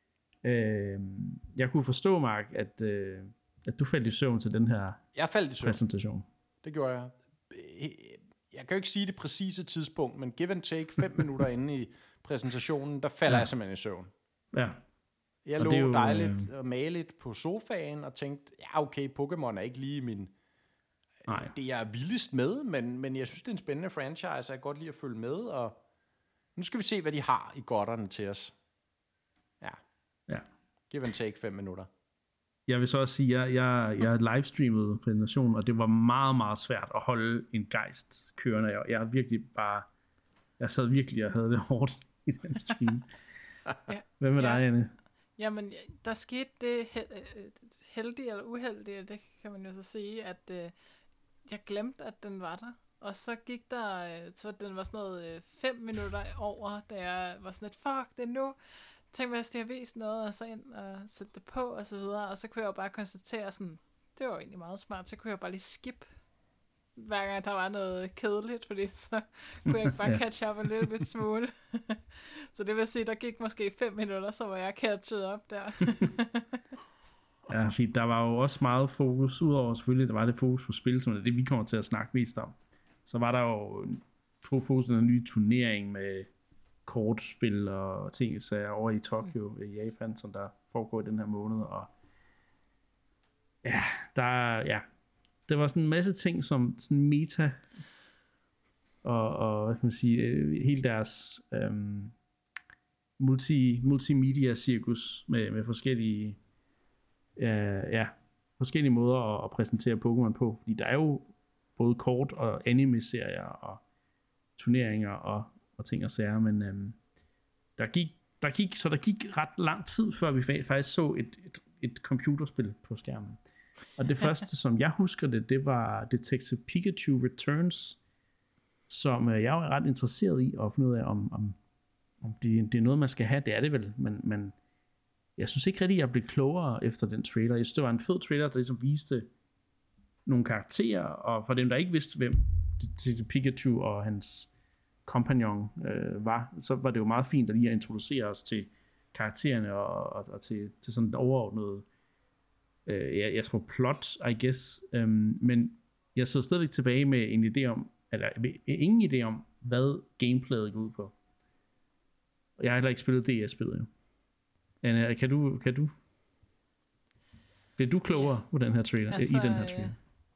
Jeg kunne forstå, Mark, at du faldt i søvn til den her præsentation.
Det gjorde jeg. Jeg kan jo ikke sige det præcise tidspunkt, men give and take 5 minutter inde i præsentationen, der falder jeg simpelthen i søvn.
Ja.
Jeg lå jo dejligt og maligt på sofaen og tænkte, ja okay, Pokémon er ikke lige det jeg er vildest med, men jeg synes, det er en spændende franchise, og jeg kan godt lide at følge med, og nu skal vi se, hvad de har i godterne til os. Ja. Give and take 5 minutter.
Jeg vil så også sige, at jeg livestreamede præsentationen, og det var meget, meget svært at holde en gejst kørende. Jeg sad virkelig og havde det hårdt i den stream. Hvad med dig, Anne?
Jamen, der skete det heldige eller uheldige, det kan man jo så sige, at jeg glemte, at den var der. Og så gik der, så den var sådan noget 5 minutter over, da jeg var sådan lidt, fuck, det er nu. Tænkte mig, at jeg har vist noget, og så ind og sætte det på, og så videre. Og så kunne jeg jo bare konstatere sådan, det var jo egentlig meget smart, så kunne jeg bare lige skip, hver gang der var noget kedeligt, fordi så kunne jeg bare catch up en lille bit smule. Så det vil sige, der gik måske 5 minutter, så var jeg catchet op der.
Ja, fordi der var jo også meget fokus, udover selvfølgelig, der var det fokus på spil, som er det, vi kommer til at snakke mest om. Så var der jo fokus på en ny turnering med kortspil og ting, så over i Tokyo i Japan, som der foregår i den her måned, og det var sådan en masse ting som sådan meta og hvad kan man sige, hele deres multimedia cirkus med forskellige forskellige måder at præsentere Pokémon på, fordi der er jo både kort og anime-serier og turneringer og ting og sager, men der gik ret lang tid, før vi faktisk så et computerspil på skærmen. Og det første, som jeg husker det var Detective Pikachu Returns, som jeg er ret interesseret i at finde ud af, om det er noget, man skal have. Det er det vel, men jeg synes ikke rigtig, jeg blev klogere efter den trailer. Jeg synes, det var en fed trailer, der ligesom viste nogle karakterer, og for dem, der ikke vidste, hvem Detective Pikachu og hans kompagnon var, så var det jo meget fint at lige at introducere os til karaktererne og til sådan et overordnet jeg tror plot, I guess, men jeg sidder stadigvæk tilbage med en idé om, eller ingen idé om, hvad gameplayet går ud på. Og jeg har heller ikke spillet det, jeg spillede jo. Anna, kan du bliver du klogere på den her trailer, i den her trailer?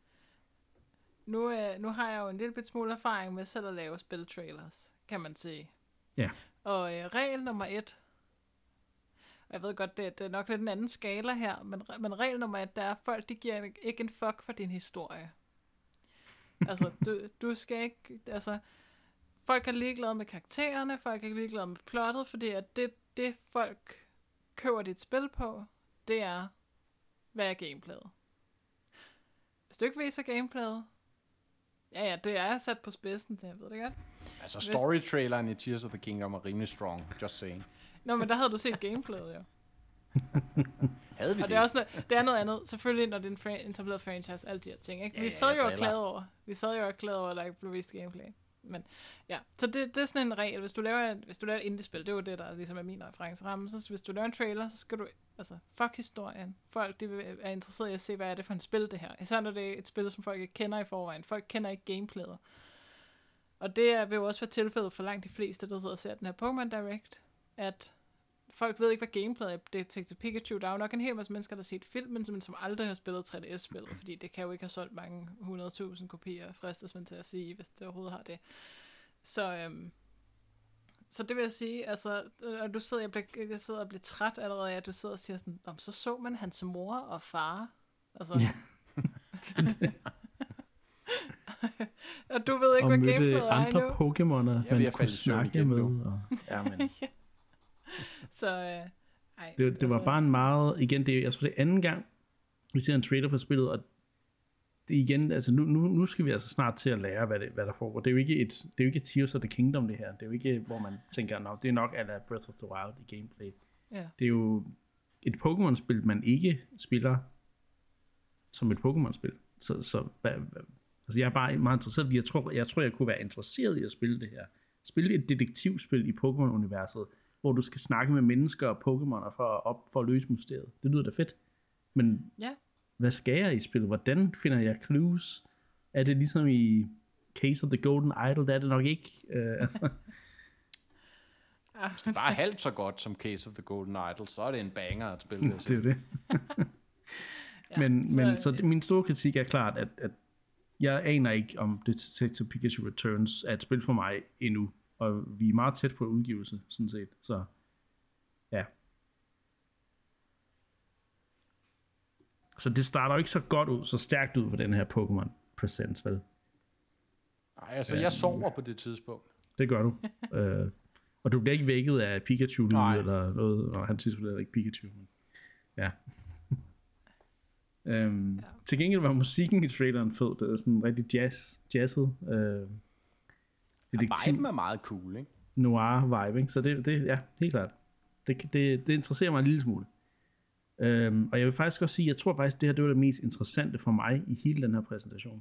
Nu har jeg jo en lille smule erfaring med selv at lave spiltrailers, kan man sige.
Ja.
Og regel nummer 1, og jeg ved godt, det er nok lidt en anden skala her, men regel nummer 1, der er, folk de giver ikke en fuck for din historie. Altså, du skal ikke, altså, folk er ligeglade med karaktererne, folk er ligeglade med plottet, fordi at det folk køber dit spil på, det er, hvad er gameplayet. Hvis du ikke viser gameplayet, ja, det er sat på spidsen, det ved det godt.
Altså, story-traileren i Tears of the Kingdom er rimelig strong, just saying.
Nå, men der havde du set gameplayet, jo.
Havde vi
og det er også det er noget andet, selvfølgelig, når det er en etableret franchise, alle de her ting, ikke? Vi sad jo og klagede over, at der ikke blev vist gameplay. Men ja, så det er sådan en regel. Hvis du laver et indie-spil, det er jo det, der ligesom er min referenceramme, så hvis du laver en trailer, så skal du, altså, fuck historien. Folk, de er interesseret i at se, hvad er det for en spil, det her. Især når det er et spil, som folk ikke kender i forvejen. Folk kender ikke gameplayet. Og det vil jo også være tilfældet for langt de fleste, der sidder og ser den her Pokémon Direct, at folk ved ikke, hvad gameplayet er. Detective Pikachu, der er jo nok en hel masse mennesker, der har set filmen, men som aldrig har spillet 3DS-spillet, fordi det kan jo ikke have solgt mange 100.000 kopier, fristes man til at sige, hvis det overhovedet har det. Så det vil jeg sige, altså, og jeg sidder og bliver træt allerede af, at du sidder og siger sådan, så man hans mor og far. Altså. Ja. Og du ved ikke, hvad gameplayet er endnu.
Og andre Pokémoner, man kunne snakke med. Og, ja, men.
Så,
det var bare en meget, igen, jeg tror det er anden gang, vi ser en trailer for spillet, og det igen, altså nu skal vi altså snart til at lære, hvad der foregår. Det er jo ikke Tears of the Kingdom, det her. Det er jo ikke, hvor man tænker, det er nok a la Breath of the Wild i gameplay.
Ja.
Det er jo et Pokémon-spil, man ikke spiller som et Pokémon-spil. Så altså jeg er bare meget interesseret, jeg tror, jeg kunne være interesseret i at spille det her. Spille et detektivspil i Pokémon-universet, hvor du skal snakke med mennesker og Pokémoner for at løse mysteriet. Det lyder da fedt. Men hvad skal jeg i spillet? Hvordan finder jeg clues? Er det ligesom i Case of the Golden Idol? Det er det nok ikke. Altså.
Hvis det bare er halvt så godt som Case of the Golden Idol, så er det en banger at spille det.
Det er jo det. Så min store kritik er klart, at jeg aner ikke, om Detective Pikachu Returns er et spil for mig endnu. Og vi er meget tæt på udgivelse, sådan set. Så ja. Så det starter jo ikke så godt ud, så stærkt ud for den her Pokémon Presents, vel?
Nej, altså jeg sover på det tidspunkt.
Det gør du. Og du bliver ikke vækket af Pikachu-lyd eller noget. Nå, han synes ikke Pikachu. Men ja. Til gengæld var musikken i traileren fed. Det er sådan rigtig jazzet.
Viben er meget cool, ikke?
Noir vibe, ikke? Så det ja, helt klart. Det interesserer mig en lille smule. Og jeg vil faktisk også sige, jeg tror faktisk, det her det var det mest interessante for mig i hele den her præsentation.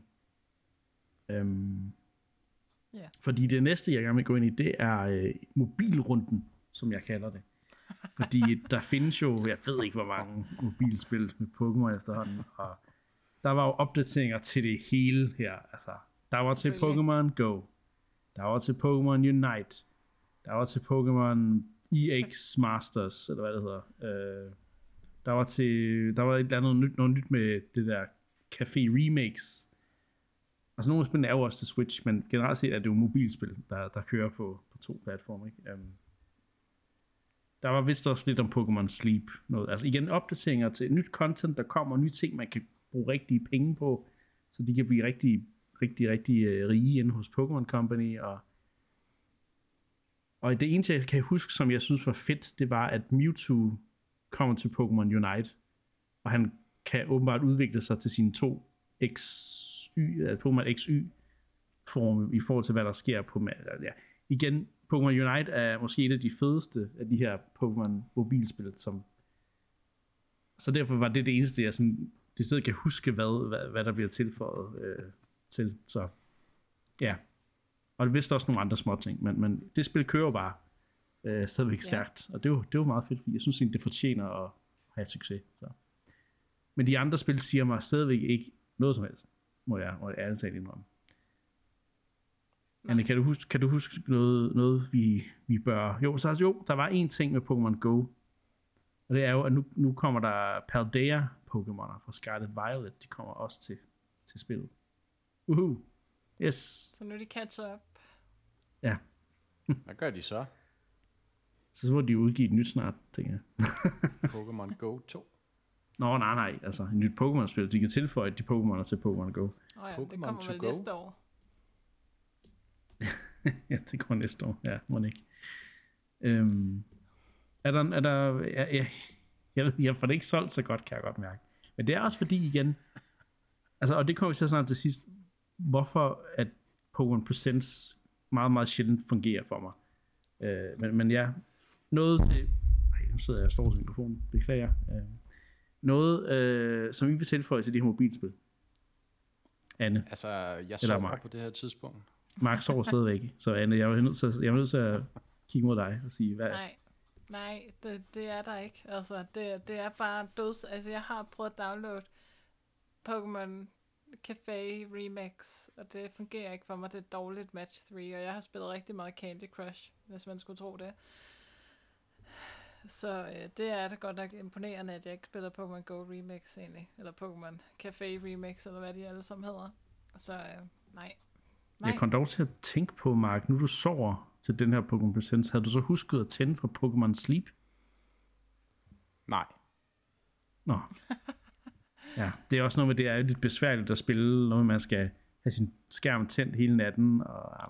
Fordi det næste, jeg gerne vil gå ind i, det er mobilrunden, som jeg kalder det. Fordi der findes jo, jeg ved ikke, hvor mange mobilspil med Pokémon efterhånden, og der var jo opdateringer til det hele her. Altså, der var til Pokémon Go, der var til Pokémon Unite, der var til Pokémon EX Masters, eller hvad det hedder. Der var et eller andet noget nyt med det der Café Remakes. Altså nogle af spillene er jo også til Switch, men generelt set er det jo mobilspil, der kører på 2 platforme, ikke? Der var vist også lidt om Pokémon Sleep. Noget. Altså igen opdateringer til nyt content, der kommer, nye ting, man kan bruge rigtige penge på, så de kan blive rigtig rige inde hos Pokémon Company. Og det eneste, jeg kan huske, som jeg synes var fedt, det var, at Mewtwo kommer til Pokémon Unite, og han kan åbenbart udvikle sig til sine 2 Pokémon XY form i forhold til, hvad der sker på... Ja. Igen, Pokémon Unite er måske et af de fedeste af de her Pokémon mobilspil, så derfor var det eneste, jeg sådan, det stedet kan huske, hvad der bliver tilføjet til. Så ja. Og det vidste også nogle andre små ting, men det spil kører bare stadigvæk stærkt, og det var meget fedt, fordi jeg synes det fortjener at have succes. Så. Men de andre spil siger mig stadigvæk ikke noget som helst, må jeg ærligt talt indrømme. Anne, kan du huske noget vi bør... Jo, der var en ting med Pokémon Go, og det er jo, at nu kommer der Paldea Pokémoner fra Scarlet Violet, de kommer også til spillet. Yes.
Så nu er de catcher up.
Ja.
Hvad gør de så?
Så må de udgive et nyt snart, tænker jeg.
Pokémon Go 2?
Nå, nej, altså et nyt Pokémon-spil. De kan tilføje de Pokémoner til Pokémon Go.
Ja, det kommer vel næste år.
Ja, det kommer næste år. Ja, må ikke. Er der jeg får det ikke solgt så godt, kan jeg godt mærke. Men det er også fordi igen, altså, og det kommer vi til snart til sidst, hvorfor at Pokémon Presents meget, meget sjældent fungerer for mig. Men ja, noget til... nu sidder jeg og står til mikrofonen, beklager. Noget, som I vil tilføje til de her mobilspil. Anne.
Altså, jeg sover på det her tidspunkt.
Mark sover stadigvæk, så Anne, jeg var nødt til at kigge mod dig og sige, hvad...
Nej, det er der ikke. Altså, det er bare døds... Altså, jeg har prøvet at downloade Pokémon Café Remix, og det fungerer ikke for mig. Det er dårligt match 3, og jeg har spillet rigtig meget Candy Crush, hvis man skulle tro det. Så det er da godt nok imponerende, at jeg ikke spiller Pokémon Go Remix egentlig, eller Pokémon Café Remix, eller hvad de alle sammen hedder. Så nej.
Jeg kom dog til at tænke på, Mark, nu du sover til den her Pokémon Presents, havde du så husket at tænde for Pokémon Sleep?
Nej.
Nå. Ja, det er også noget med, det er lidt besværligt at spille, når man skal have sin skærm tændt hele natten, og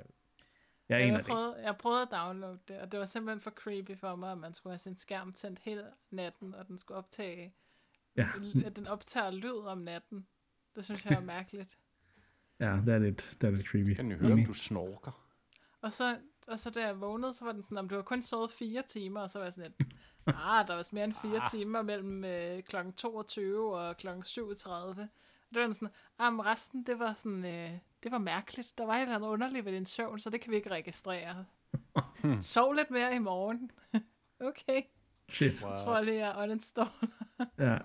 jeg prøvede at downloade det, og det var simpelthen for creepy for mig, at man skulle have sin skærm tændt hele natten, og den skulle optage, at den optager lyd om natten. Det synes jeg var mærkeligt.
Ja, det er lidt creepy.
Kan du høre, om du snorker?
Og så da jeg vågnede, så var den sådan, om du har kun sovet 4 timer, og så var jeg sådan lidt, der var mere end 4 timer mellem klokken 22 og klokken 37. Og det var sådan, men resten, det var sådan, det var mærkeligt. Der var et eller andet underligt ved din søvn, så det kan vi ikke registrere. Sov lidt mere i morgen. Okay.
Shit.
Jeg tror lige, jeg uninstall.
Ja.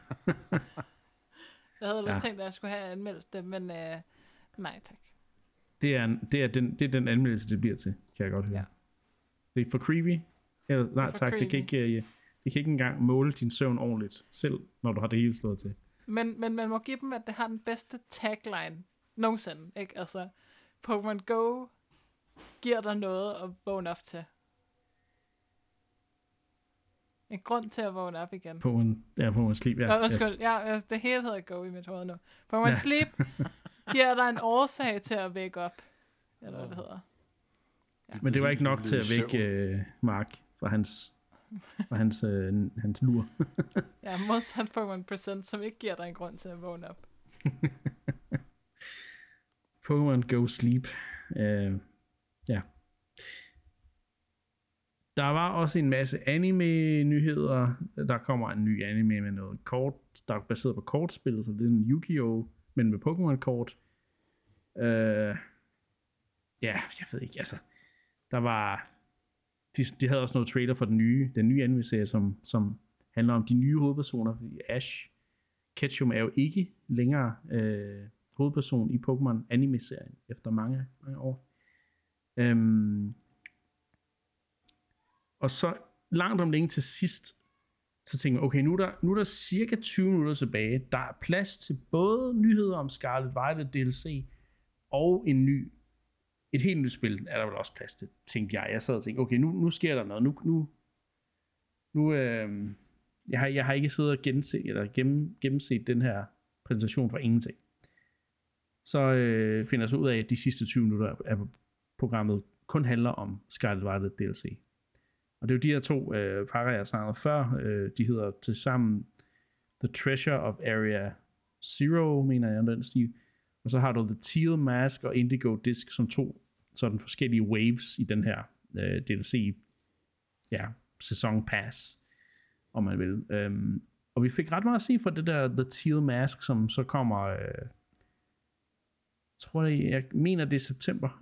Jeg havde lyst tænkt, at jeg skulle have anmeldt det, men nej tak.
Det er den anmeldelse, det bliver til, kan jeg godt høre. Det er for creepy. Eller nej tak, det kan ikke engang måle din søvn ordentligt, selv når du har det hele slået til.
Men man må give dem, at det har den bedste tagline nogensinde, ikke? Altså, Pokémon Go giver dig noget at vågne op til. En grund til at vågne op igen.
Pokémon Sleep, ja.
Undskyld, yes. Det hele hedder Go i mit hoved nu. Pokémon Sleep giver dig en årsag til at vække op. Eller hvad det hedder.
Ja. Men det var ikke nok til at vække Mark fra hans lur.
Ja, modsat Pokémon Present, som ikke giver dig en grund til at vågne op.
Pokémon Go Sleep. Ja. Der var også en masse anime-nyheder. Der kommer en ny anime med noget kort, der er baseret på kortspillet, så det er en Yu-Gi-Oh! Men med Pokémon-kort. Ja, jeg ved ikke, altså. Der var... De havde også noget trailer for den nye anime-serie, som handler om de nye hovedpersoner. Ash Ketchum er jo ikke længere hovedperson i Pokémon anime-serien efter mange år. Og så langt om længe til sidst, så tænker jeg, okay, nu er der cirka 20 minutter tilbage. Der er plads til både nyheder om Scarlet Violet DLC og et helt nyt spil er der vel også plads til, tænkte jeg. Jeg sad og tænkte, okay, nu sker der noget. Jeg har ikke siddet og gennemset den her præsentation for ingenting. Så finder jeg så ud af, at de sidste 20 minutter af programmet kun handler om Scarlet Violet DLC. Og det er jo de her to pakker, jeg snakkede før. De hedder tilsammen The Treasure of Area Zero, mener jeg, den stil. Og så har du The Teal Mask og Indigo Disc som to sådan forskellige waves i den her DLC, ja, sæson pass, om man vil. Og vi fik ret meget at se fra det der The Teal Mask, som så kommer, jeg mener det er september.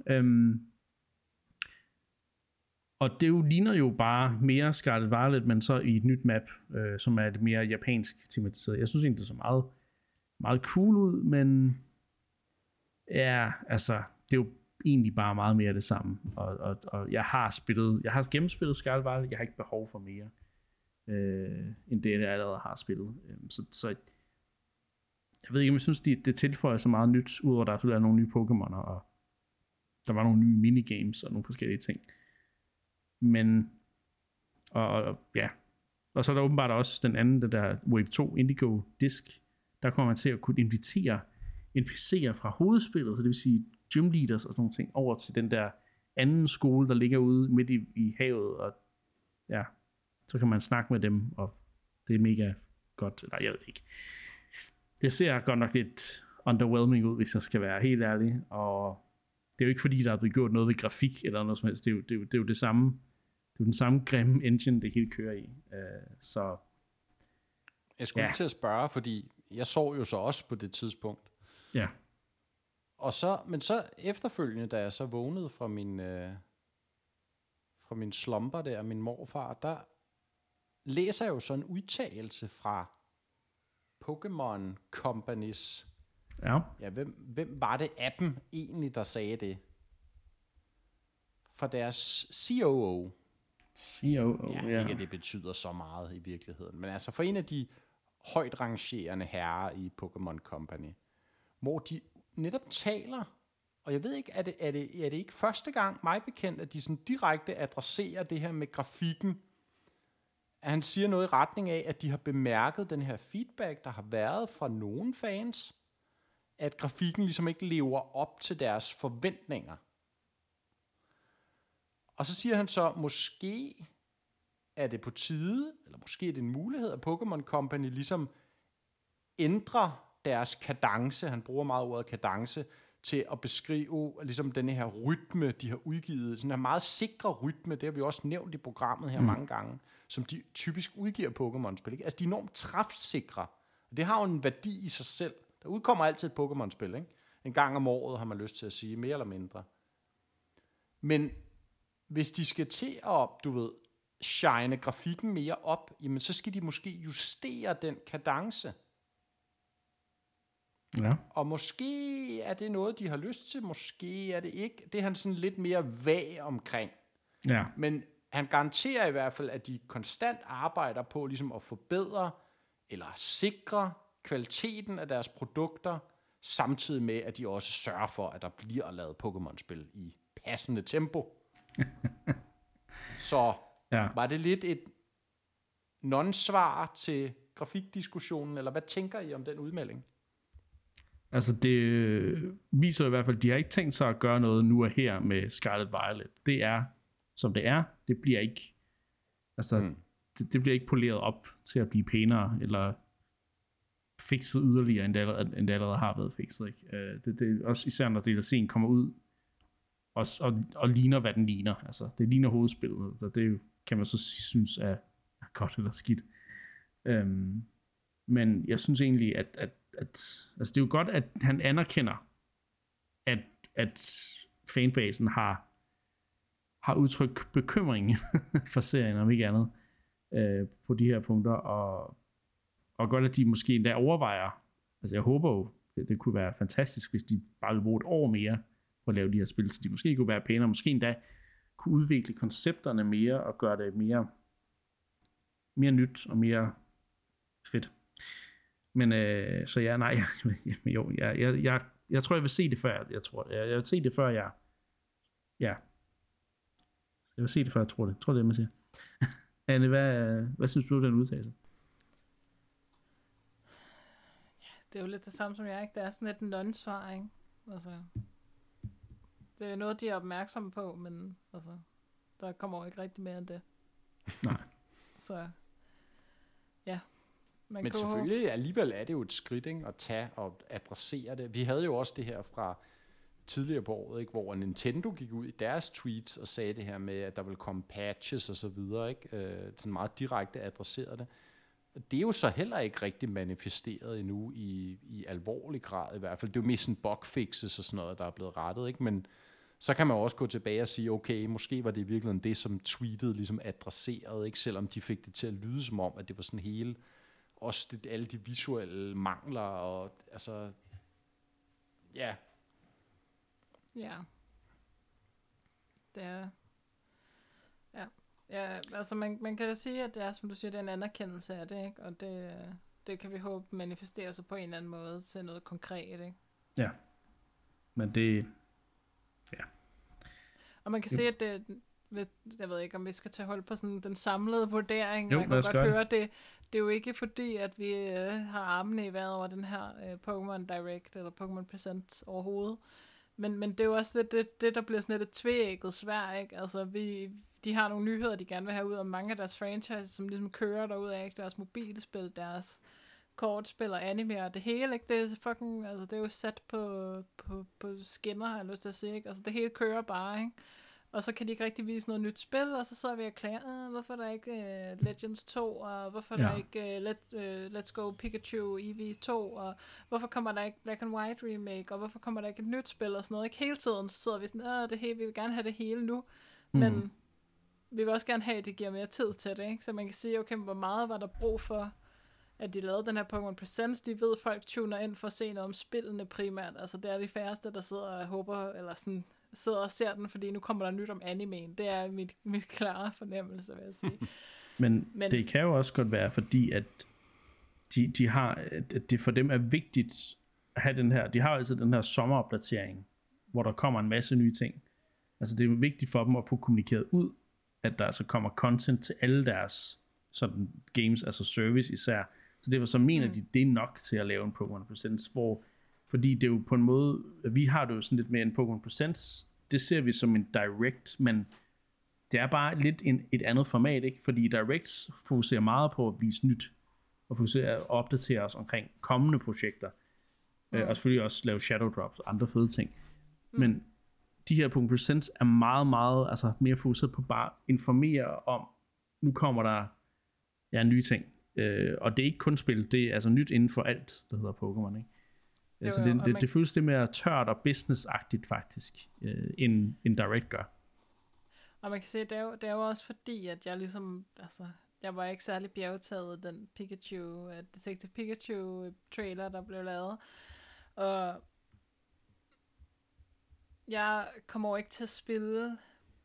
Og det jo ligner jo bare mere Scarlet Violet, men så i et nyt map, som er lidt mere japansk tematiseret. Jeg synes egentlig, det så meget, meget cool ud, men ja, altså, det er jo egentlig bare meget mere det samme. Og jeg har gennemspillet Scarlet Violet, jeg har ikke behov for mere, end det, jeg allerede har spillet. Så jeg ved ikke, om jeg synes, det tilføjer så meget nyt, udover der er nogle nye Pokémoner, og der var nogle nye minigames og nogle forskellige ting. Men, ja. Og så er der åbenbart også den anden, det der Wave 2 Indigo Disc, der kommer man til at kunne invitere NPC'er fra hovedspillet, så det vil sige gym leaders og sådan nogle ting, over til den der anden skole, der ligger ude midt i havet, og ja, så kan man snakke med dem, og det er mega godt, eller jeg ved ikke. Det ser godt nok lidt underwhelming ud, hvis jeg skal være helt ærlig, og det er jo ikke fordi, der er blevet gjort noget ved grafik, eller noget som helst, det er jo det samme, det er jo den samme grimme engine, det hele kører i, så...
Jeg skulle til at spørge, fordi jeg sov jo så også på det tidspunkt.
Ja.
Men så efterfølgende, da jeg så vågnede fra min slumber der, min morfar, der læser jeg jo så en udtalelse fra Pokémon Companies. Ja, hvem var det af dem egentlig, der sagde det? Fra deres COO. Ja, ikke at det betyder så meget i virkeligheden, men altså for en af de højt rangerende herrer i Pokémon Company, hvor de netop taler, og jeg ved ikke, er det ikke første gang, mig bekendt, at de sådan direkte adresserer det her med grafikken, at han siger noget i retning af, at de har bemærket den her feedback, der har været fra nogle fans, at grafikken ligesom ikke lever op til deres forventninger. Og så siger han så, måske er det på tide, eller måske er det en mulighed, at Pokémon Company ligesom ændrer deres kadence, han bruger meget ordet kadence, til at beskrive ligesom den her rytme, de har udgivet, sådan en meget sikre rytme, det har vi også nævnt i programmet her mange gange, som de typisk udgiver Pokémon-spil. Ikke? Altså de er enormt træfsikre, og det har jo en værdi i sig selv. Der udkommer altid et Pokémon-spil, ikke? En gang om året har man lyst til at sige, mere eller mindre. Men hvis de skal til at, shine grafikken mere op, jamen så skal de måske justere den kadence.
Ja.
Og måske er det noget, de har lyst til, måske er det ikke. Det er han sådan lidt mere vag omkring.
Ja.
Men han garanterer i hvert fald, at de konstant arbejder på ligesom at forbedre eller sikre kvaliteten af deres produkter, samtidig med, at de også sørger for, at der bliver lavet Pokémon-spil i passende tempo. Så var det lidt et non-svar til grafikdiskussionen, eller hvad tænker I om den udmelding?
Altså det viser i hvert fald, at de har ikke tænkt sig at gøre noget nu og her med Scarlet Violet. Det er, som det er. Det bliver ikke, altså, det bliver ikke poleret op til at blive pænere, eller fikset yderligere, end det allerede har været fikset. Ikke? Det også især, når DLC'en kommer ud, og ligner, hvad den ligner. Altså, det ligner hovedspillet, så det kan man så synes er godt eller skidt. Men jeg synes egentlig, at altså det er jo godt, at han anerkender, at fanbasen har udtrykt bekymring for serien, om ikke andet, på de her punkter, og godt, at de måske endda overvejer, altså jeg håber jo, det kunne være fantastisk, hvis de bare ville bruge et år mere på at lave de her spil, så de måske kunne være pænere, måske endda kunne udvikle koncepterne mere, og gøre det mere nyt, og mere fedt. Men så ja, nej, jo, jeg tror, jeg vil se det før, jeg vil se det før, jeg vil se det før, jeg tror det, man siger. Anne, hvad synes du om den udtalelse?
Det er jo lidt det samme som jeg, ikke? Det er sådan lidt en non-svar, ikke? Altså, det er jo noget, de er opmærksomme på, men altså, der kommer jo ikke rigtig mere end det.
Nej.
Så, ja.
Men selvfølgelig alligevel er det jo et skridt, ikke, at tage og adressere det. Vi havde jo også det her fra tidligere på året, ikke, hvor Nintendo gik ud i deres tweets og sagde det her med, at der ville komme patches og så videre, ikke, sådan meget direkte adresserede det. Det er jo så heller ikke rigtig manifesteret endnu i alvorlig grad i hvert fald. Det er jo mest sådan bugfixes og sådan noget, der er blevet rettet, ikke? Men så kan man også gå tilbage og sige, okay, måske var det i virkeligheden det, som tweetet ligesom adresserede, ikke? Selvom de fik det til at lyde som om, at det var sådan hele, også alle de visuelle mangler, og altså, ja.
Ja. Det er, ja, altså man kan da sige, at det er, som du siger, det er en anerkendelse af det, ikke? Og det kan vi håbe manifesterer sig på en eller anden måde til noget konkret, ikke?
Ja. Men det, ja.
Og man kan se, at det, jeg ved ikke, om vi skal tage hold på sådan den samlede vurdering.
Jo,
man kan godt høre, det er jo ikke fordi, at vi har armene i vejret over den her Pokémon Direct, eller Pokémon Present overhovedet. Men det er jo også det der bliver sådan lidt et tveægget sværd, ikke? Altså, de har nogle nyheder, de gerne vil have ud om mange af deres franchises, som ligesom kører derudad, ikke? Deres mobilspil, deres kortspil og anime og det hele, ikke? Det er fucking, altså det er jo sat på skinner, har jeg lyst til at sige, ikke? Altså det hele kører bare, ikke? Og så kan de ikke rigtig vise noget nyt spil, og så sidder vi og klager, hvorfor der ikke Legends 2, og hvorfor der ikke Let's Go Pikachu Eevee 2, og hvorfor kommer der ikke Black and White remake, og hvorfor kommer der ikke et nyt spil, og sådan noget, ikke? Hele tiden så sidder vi sådan, det hele, vi vil gerne have det hele nu, men vi vil også gerne have, at det giver mere tid til det, ikke? Så man kan sige, okay, hvor meget var der brug for, at de lavede den her Pokémon Presents. De ved, folk tuner ind for at se noget om spillene primært. Altså, det er de færreste, der sidder og håber, eller sådan, sidder og ser den, fordi nu kommer der nyt om animeen. Det er mit klare fornemmelse, vil jeg sige.
Men det kan jo også godt være, fordi at de har, at det for dem er vigtigt at have den her, de har altså den her sommeropdatering, hvor der kommer en masse nye ting. Altså det er jo vigtigt for dem at få kommunikeret ud, at der altså kommer content til alle deres sådan games, altså service især. Så det var så mener de, det er nok til at lave en Pokémon Presents, fordi det er jo på en måde, vi har det jo sådan lidt mere en Pokémon Presents, det ser vi som en direct, men det er bare lidt et andet format, ikke? Fordi directs fokuserer meget på at vise nyt, og fokuserer at opdatere os omkring kommende projekter, og selvfølgelig også lave shadow drops og andre fede ting. Men de her Pokémon Presents er meget, meget altså mere fokuseret på bare at informere om, nu kommer der nye ting. Og det er ikke kun spil, det er altså nyt inden for alt, der hedder Pokémon, ikke?
Jo,
så det føles det mere tørt og businessagtigt faktisk, end Direct gør.
Og man kan se, det er jo også fordi, at jeg ligesom, altså, jeg var ikke særlig bjergtaget den Detective Pikachu trailer, der blev lavet. Og jeg kommer ikke til at spille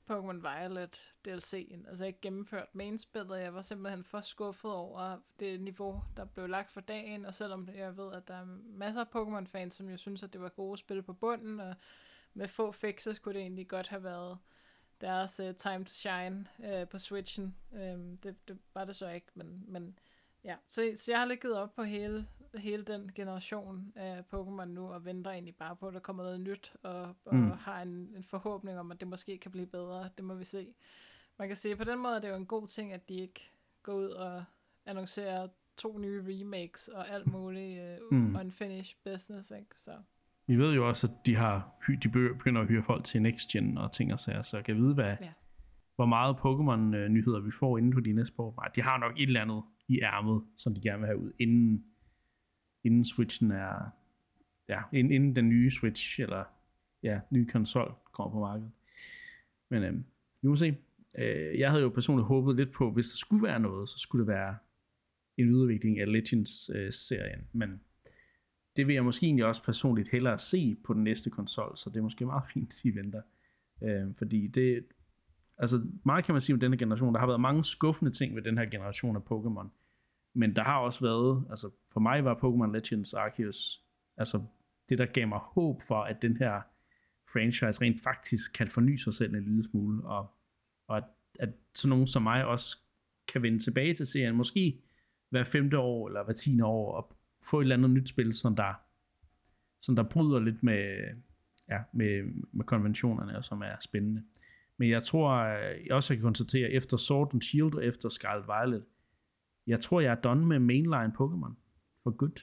Pokémon Violet DLC'en. Altså ikke gennemført mainspillet. Jeg var simpelthen for skuffet over det niveau, der blev lagt for dagen. Og selvom jeg ved, at der er masser af Pokémon-fans, som jo synes, at det var gode spil på bunden, og med få fixes kunne det egentlig godt have været deres time to shine på Switchen. Det var det så ikke, men ja. Så jeg har ligget op på hele den generation af Pokémon nu, og venter egentlig bare på, at der kommer noget nyt, og har en forhåbning om, at det måske kan blive bedre. Det må vi se. Man kan sige, på den måde er det jo en god ting, at de ikke går ud og annoncerer 2 nye remakes og alt muligt unfinished business, ikke? Så.
Vi ved jo også, at de begynder at hyre folk til Next Gen og ting og sager, så jeg kan vide, hvor meget Pokémon-nyheder vi får inden på de næste år. De har nok et eller andet i ærmet, som de gerne vil have ud, inden Switchen er, inden den nye Switch, eller nye konsol kommer på markedet. Men vi må se. Jeg havde jo personligt håbet lidt på, hvis der skulle være noget, så skulle det være en udvikling af Legends-serien, men det vil jeg måske egentlig også personligt hellere se på den næste konsol, så det er måske meget fint, at I venter. Fordi det, altså meget kan man sige om denne generation, der har været mange skuffende ting ved den her generation af Pokémon, men der har også været, altså for mig var Pokémon Legends Arceus, altså det der gav mig håb for, at den her franchise rent faktisk kan forny sig selv en lille smule, og at sådan nogen som mig også kan vende tilbage til serien, måske hver 5. år, eller hver 10. år, og få et eller andet nyt spil, som der bryder lidt med konventionerne, og som er spændende. Men jeg tror, jeg også kan konstatere, efter Sword and Shield og efter Scarlet Violet, jeg tror, jeg er done med mainline Pokémon. For good.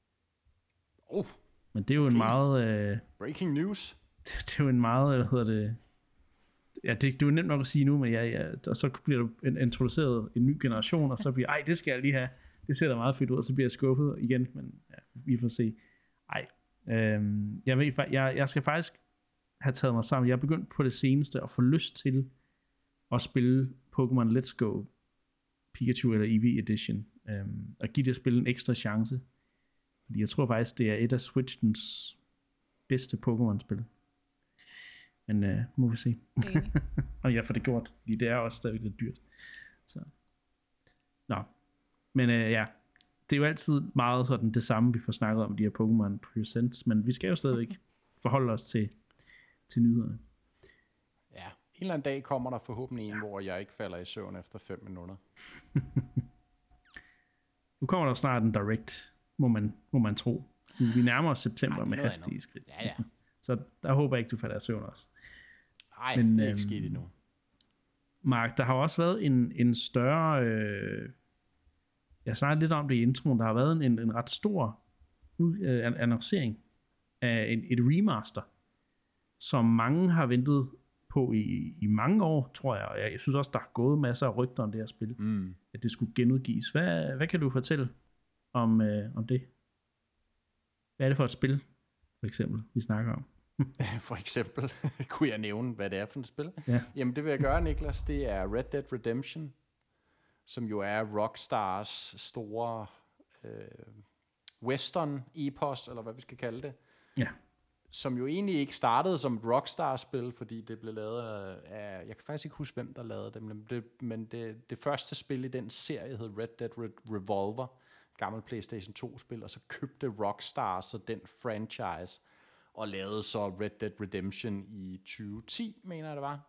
Men det er jo en meget...
breaking news.
Det er jo en meget, ja, det er jo nemt nok at sige nu, men og så bliver der introduceret en ny generation, og så bliver, det skal jeg lige have. Det ser da meget fedt ud, og så bliver jeg skuffet igen, men ja, vi får se. Jeg skal faktisk have taget mig sammen. Jeg er begyndt på det seneste at få lyst til at spille Pokémon Let's Go Pikachu eller Eevee Edition, og give det spil en ekstra chance. Fordi jeg tror faktisk, det er et af Switchens bedste Pokémon-spil. Men må vi se. Og jeg får det gjort, fordi det er også stadig lidt dyrt. Så. Nå. Men det er jo altid meget sådan det samme, vi får snakket om de her Pokémon Presents, men vi skal jo stadigvæk forholde os til nyhederne.
Ja, en eller anden dag kommer der forhåbentlig en, hvor jeg ikke falder i søvn efter 5 minutter.
Nu kommer der snart en direct, må man tro. Vi nærmer os september med hastige skridt.
Ja.
Så der håber jeg ikke, du falder i søvn også.
Nej, det er ikke sket endnu.
Mark, der har også været en større... jeg snakkede lidt om det i introen. Der har været en ret stor annoncering af et remaster, som mange har ventet på i mange år, tror jeg. Og jeg synes også, der er gået masser af rygter om det her spil, at det skulle genudgives. Hvad kan du fortælle om det? Hvad er det for et spil, for eksempel, vi snakker om?
For eksempel kunne jeg nævne, hvad det er for et spil?
Ja.
Jamen, det vil jeg gøre, Niklas. Det er Red Dead Redemption, som jo er Rockstars store western-epos, eller hvad vi skal kalde det.
Ja.
Som jo egentlig ikke startede som et Rockstar-spil, fordi det blev lavet af... Jeg kan faktisk ikke huske, hvem der lavede det, men det første spil i den serie hed Red Dead Revolver, gammel PlayStation 2-spil, og så købte Rockstar så den franchise, og lavede så Red Dead Redemption i 2010, mener jeg det var.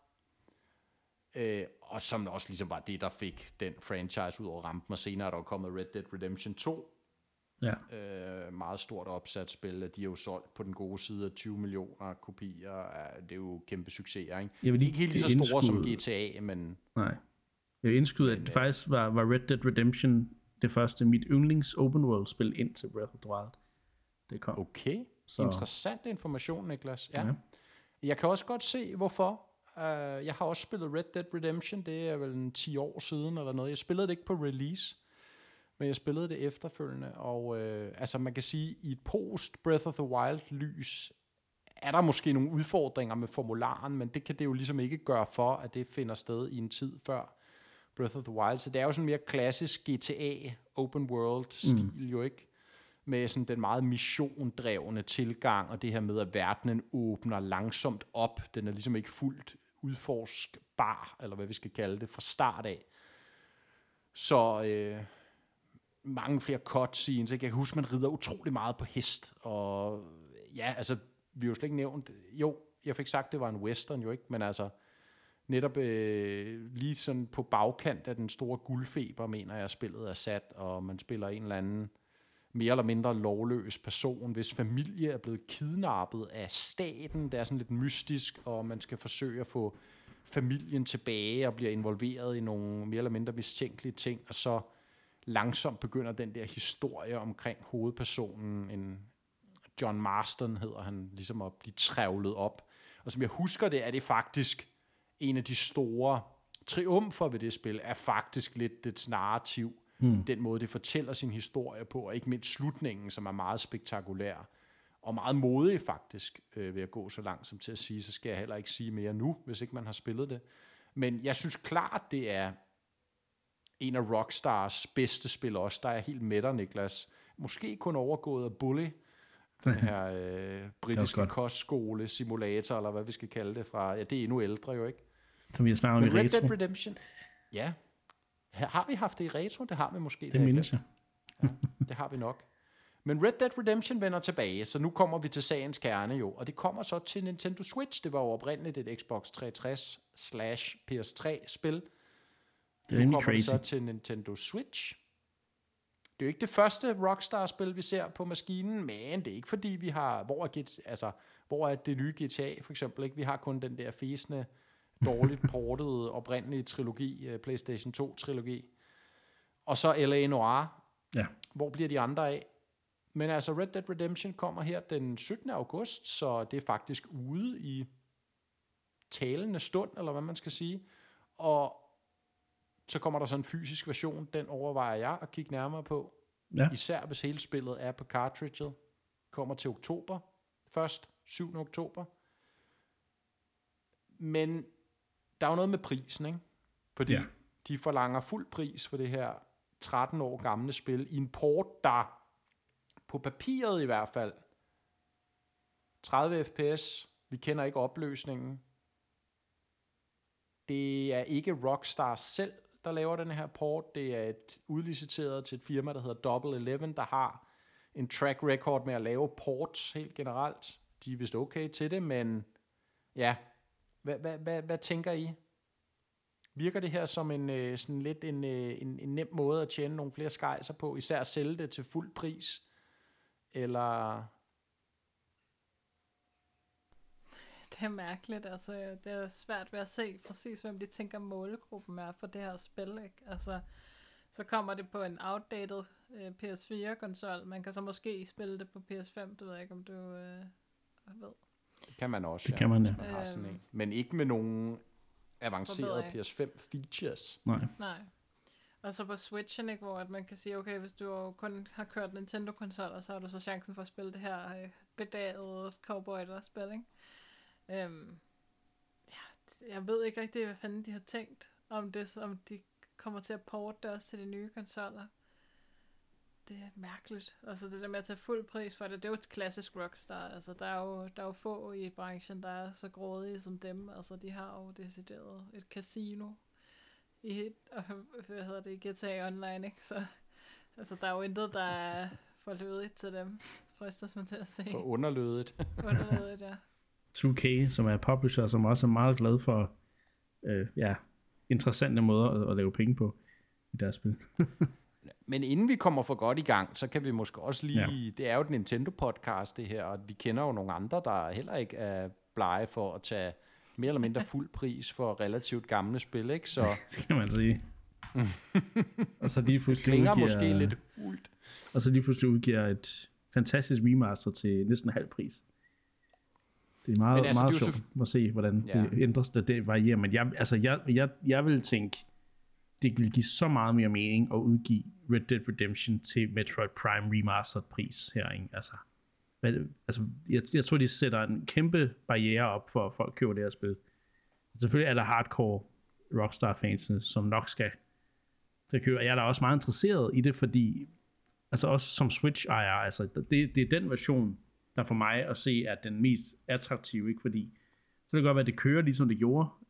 Og som også ligesom var det, der fik den franchise ud over rampen, og senere er der jo kommet Red Dead Redemption 2.
Ja.
Meget stort opsat spil, de er jo solgt på den gode side af 20 millioner kopier. Det er jo kæmpe succeser, ikke? Det er ikke helt lige så store som GTA, men... Nej.
Jeg vil indskyde, at det faktisk var Red Dead Redemption det første mit yndlings open world spil indtil Breath of the Wild. Det kom.
Okay, så. Interessant information, Niklas. Ja. Jeg kan også godt se, hvorfor. Jeg har også spillet Red Dead Redemption, det er vel 10 år siden eller noget. Jeg spillede det ikke på release, men jeg spillede det efterfølgende, og altså man kan sige, i et post Breath of the Wild lys, er der måske nogle udfordringer med formularen, men det kan det jo ligesom ikke gøre for, at det finder sted i en tid før Breath of the Wild. Så det er jo sådan mere klassisk GTA open world stil jo ikke, med sådan den meget missiondrevne tilgang, og det her med, at verdenen åbner langsomt op. Den er ligesom ikke fuldt udforskbar, eller hvad vi skal kalde det, fra start af. Så mange flere cutscenes. Jeg kan huske, man rider utrolig meget på hest, og ja, altså, vi har jo slet ikke nævnt, jo, jeg fik sagt, det var en western jo ikke, men altså, netop lige sådan på bagkant af den store guldfeber, mener jeg, spillet er sat, og man spiller en eller anden mere eller mindre lovløs person, hvis familie er blevet kidnappet af staten. Det er sådan lidt mystisk, og man skal forsøge at få familien tilbage og bliver involveret i nogle mere eller mindre mistænkelige ting, og så langsomt begynder den der historie omkring hovedpersonen, en John Marston hedder han, ligesom at blive trævlet op. Og som jeg husker det, er det faktisk en af de store triumfer ved det spil, er faktisk lidt dets narrativ, den måde, det fortæller sin historie på, og ikke mindst slutningen, som er meget spektakulær, og meget modig faktisk, ved at gå så langt som til at sige, så skal jeg heller ikke sige mere nu, hvis ikke man har spillet det. Men jeg synes klart, det er en af Rockstars bedste spil også. Der er helt med dig, Niklas. Måske kun overgået af Bully, den her britiske kostskole, simulator, eller hvad vi skal kalde det fra. Ja, det er endnu ældre jo, ikke?
Som vi har snakket om i
Red
retro.
Dead Redemption, ja. Har vi haft det i retro? Det har vi måske.
Det mindes jeg.
Ja, det har vi nok. Men Red Dead Redemption vender tilbage, så nu kommer vi til sagens kerne jo, og det kommer så til Nintendo Switch. Det var jo oprindeligt et Xbox 360/PS3-spil.
Det er
nu kommer
crazy.
det så til Nintendo Switch. Det er jo ikke det første Rockstar-spil, vi ser på maskinen, men det er ikke fordi, vi har... Hvor er det nye GTA, for eksempel? Ikke? Vi har kun den der fæsende, dårligt portede, oprindelige trilogi, PlayStation 2-trilogi. Og så L.A. Noire.
Ja.
Hvor bliver de andre af? Men altså, Red Dead Redemption kommer her den 17. august, så det er faktisk ude i talende stund, eller hvad man skal sige. Og så kommer der så en fysisk version, den overvejer jeg at kigge nærmere på.
Ja.
Især hvis hele spillet er på cartridget. Kommer til oktober. Først 7. oktober. Men der er jo noget med prisen, ikke? Fordi de forlanger fuld pris for det her 13 år gamle spil i en port, der på papiret i hvert fald 30 fps. Vi kender ikke opløsningen. Det er ikke Rockstar selv, der laver den her port. Det er et udliciteret til et firma, der hedder Double Eleven, der har en track record med at lave ports helt generelt. De er vist okay til det, men ja, hvad tænker I? Virker det her som en sådan lidt en nem måde at tjene nogle flere skejser på, især at sælge det til fuld pris? Eller...
Det er mærkeligt, altså det er svært ved at se præcis, hvem de tænker målgruppen er for det her spil, ikke? Altså, så kommer det på en outdated PS4-konsol, man kan så måske spille det på PS5, det ved jeg ikke, om du ved.
Det kan man også,
det kan man, ja.
Man har sådan en. Men ikke med nogen avancerede PS5-features.
Nej. Og så på Switchen, ikke, hvor at man kan sige, okay, hvis du kun har kørt Nintendo-konsoller, så har du så chancen for at spille det her bedagede cowboy-spil, ikke? Jeg ved ikke rigtig, hvad fanden de har tænkt om det, om de kommer til at porte det også til de nye konsoller. Det er mærkeligt. Altså det der med at tage fuld pris for det, det er jo et klassisk Rockstar. Altså der er jo få i branchen, der er så grådige som dem. Altså de har jo decideret et casino i GTA Online, ikke? Så altså der er jo intet, der er for lødigt til dem. Fristes man til at se.
For underlødigt.
Underlødigt, ja.
2K, som er publisher, som også er meget glad for interessante måder at lave penge på i deres spil.
Men inden vi kommer for godt i gang, så kan vi måske også lige... Det er jo et Nintendo-podcast, det her, og vi kender jo nogle andre, der heller ikke er blege for at tage mere eller mindre fuld pris for relativt gamle spil, ikke? Så
det kan man sige. Og så lige pludselig
udgiver... måske lidt hult.
Og så lige pludselig udgiver et fantastisk remaster til næsten halv pris. Det er meget, altså, meget sjovt at se, hvordan det ændres, det varierer. Men jeg vil tænke, det vil give så meget mere mening at udgive Red Dead Redemption til Metroid Prime Remastered pris her, ikke? Jeg tror, de sætter en kæmpe barriere op for, at folk køber det her spil. Selvfølgelig er der hardcore Rockstar-fansene, som nok skal købe. Jeg er da også meget interesseret i det, fordi altså også som Switch-ejer, altså det er den version, der for mig at se er den mest attraktive, ikke? Fordi så kan det godt være, at det kører ligesom det gjorde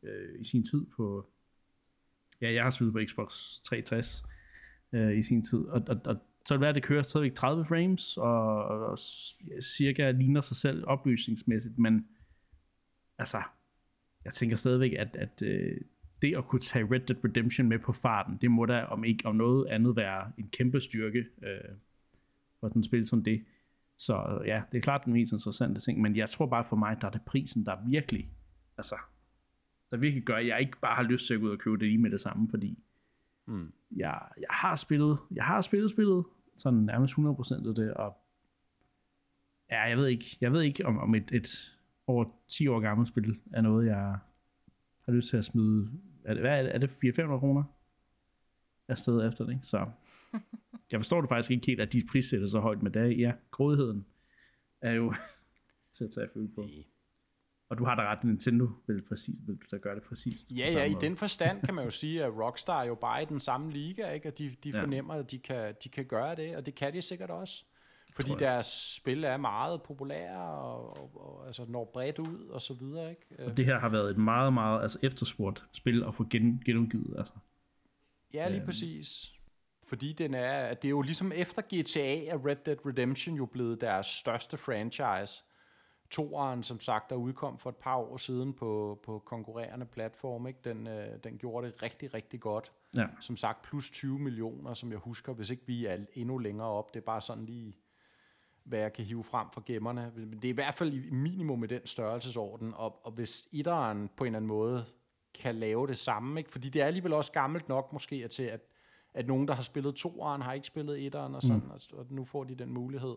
i sin tid på... Ja, jeg har spillet på Xbox 360 i sin tid, og så er det værd, at det kører stadigvæk 30 frames, og cirka ligner sig selv opløsningsmæssigt, men altså, jeg tænker stadigvæk, at det at kunne tage Red Dead Redemption med på farten, det må da om noget andet være en kæmpe styrke for den spil som det. Så ja, det er klart den mest interessante ting, men jeg tror bare for mig, der er det prisen, der virkelig, altså, der virkelig gør, at jeg ikke bare har lyst til at gå ud og købe det lige med det samme, fordi jeg har spillet spillet, sådan nærmest 100% af det, og ja, jeg ved ikke om et over 10 år gammelt spil er noget, jeg har lyst til at smide, er det 400-500 kroner afsted efter det, ikke? Så jeg forstår det faktisk ikke helt, at de prissætter så højt med det. Ja, grådigheden er jo til at tage at føle på. Og du har da ret, Nintendo vil der gøre det præcist.
Ja, i den forstand kan man jo sige, at Rockstar er jo bare i den samme liga, ikke? Og de fornemmer, at de kan gøre det, og det kan de sikkert også. Fordi deres spil er meget populære, og altså når bredt ud, og så videre, ikke?
Og det her har været et meget, meget altså efterspurgt spil at få genudgivet, altså. Ja,
lige præcis. Fordi det er jo ligesom efter GTA er Red Dead Redemption jo blevet deres største franchise. Toeren, som sagt, der udkom for et par år siden på konkurrerende platform, ikke? Den gjorde det rigtig, rigtig godt.
Ja.
Som sagt, plus 20 millioner, som jeg husker, hvis ikke vi er endnu længere op. Det er bare sådan lige, hvad jeg kan hive frem fra gemmerne. Men det er i hvert fald i minimum i den størrelsesorden, og hvis etteren på en eller anden måde kan lave det samme, ikke? Fordi det er alligevel også gammelt nok måske til, at nogen, der har spillet toeren, har ikke spillet etteren, og sådan, og nu får de den mulighed.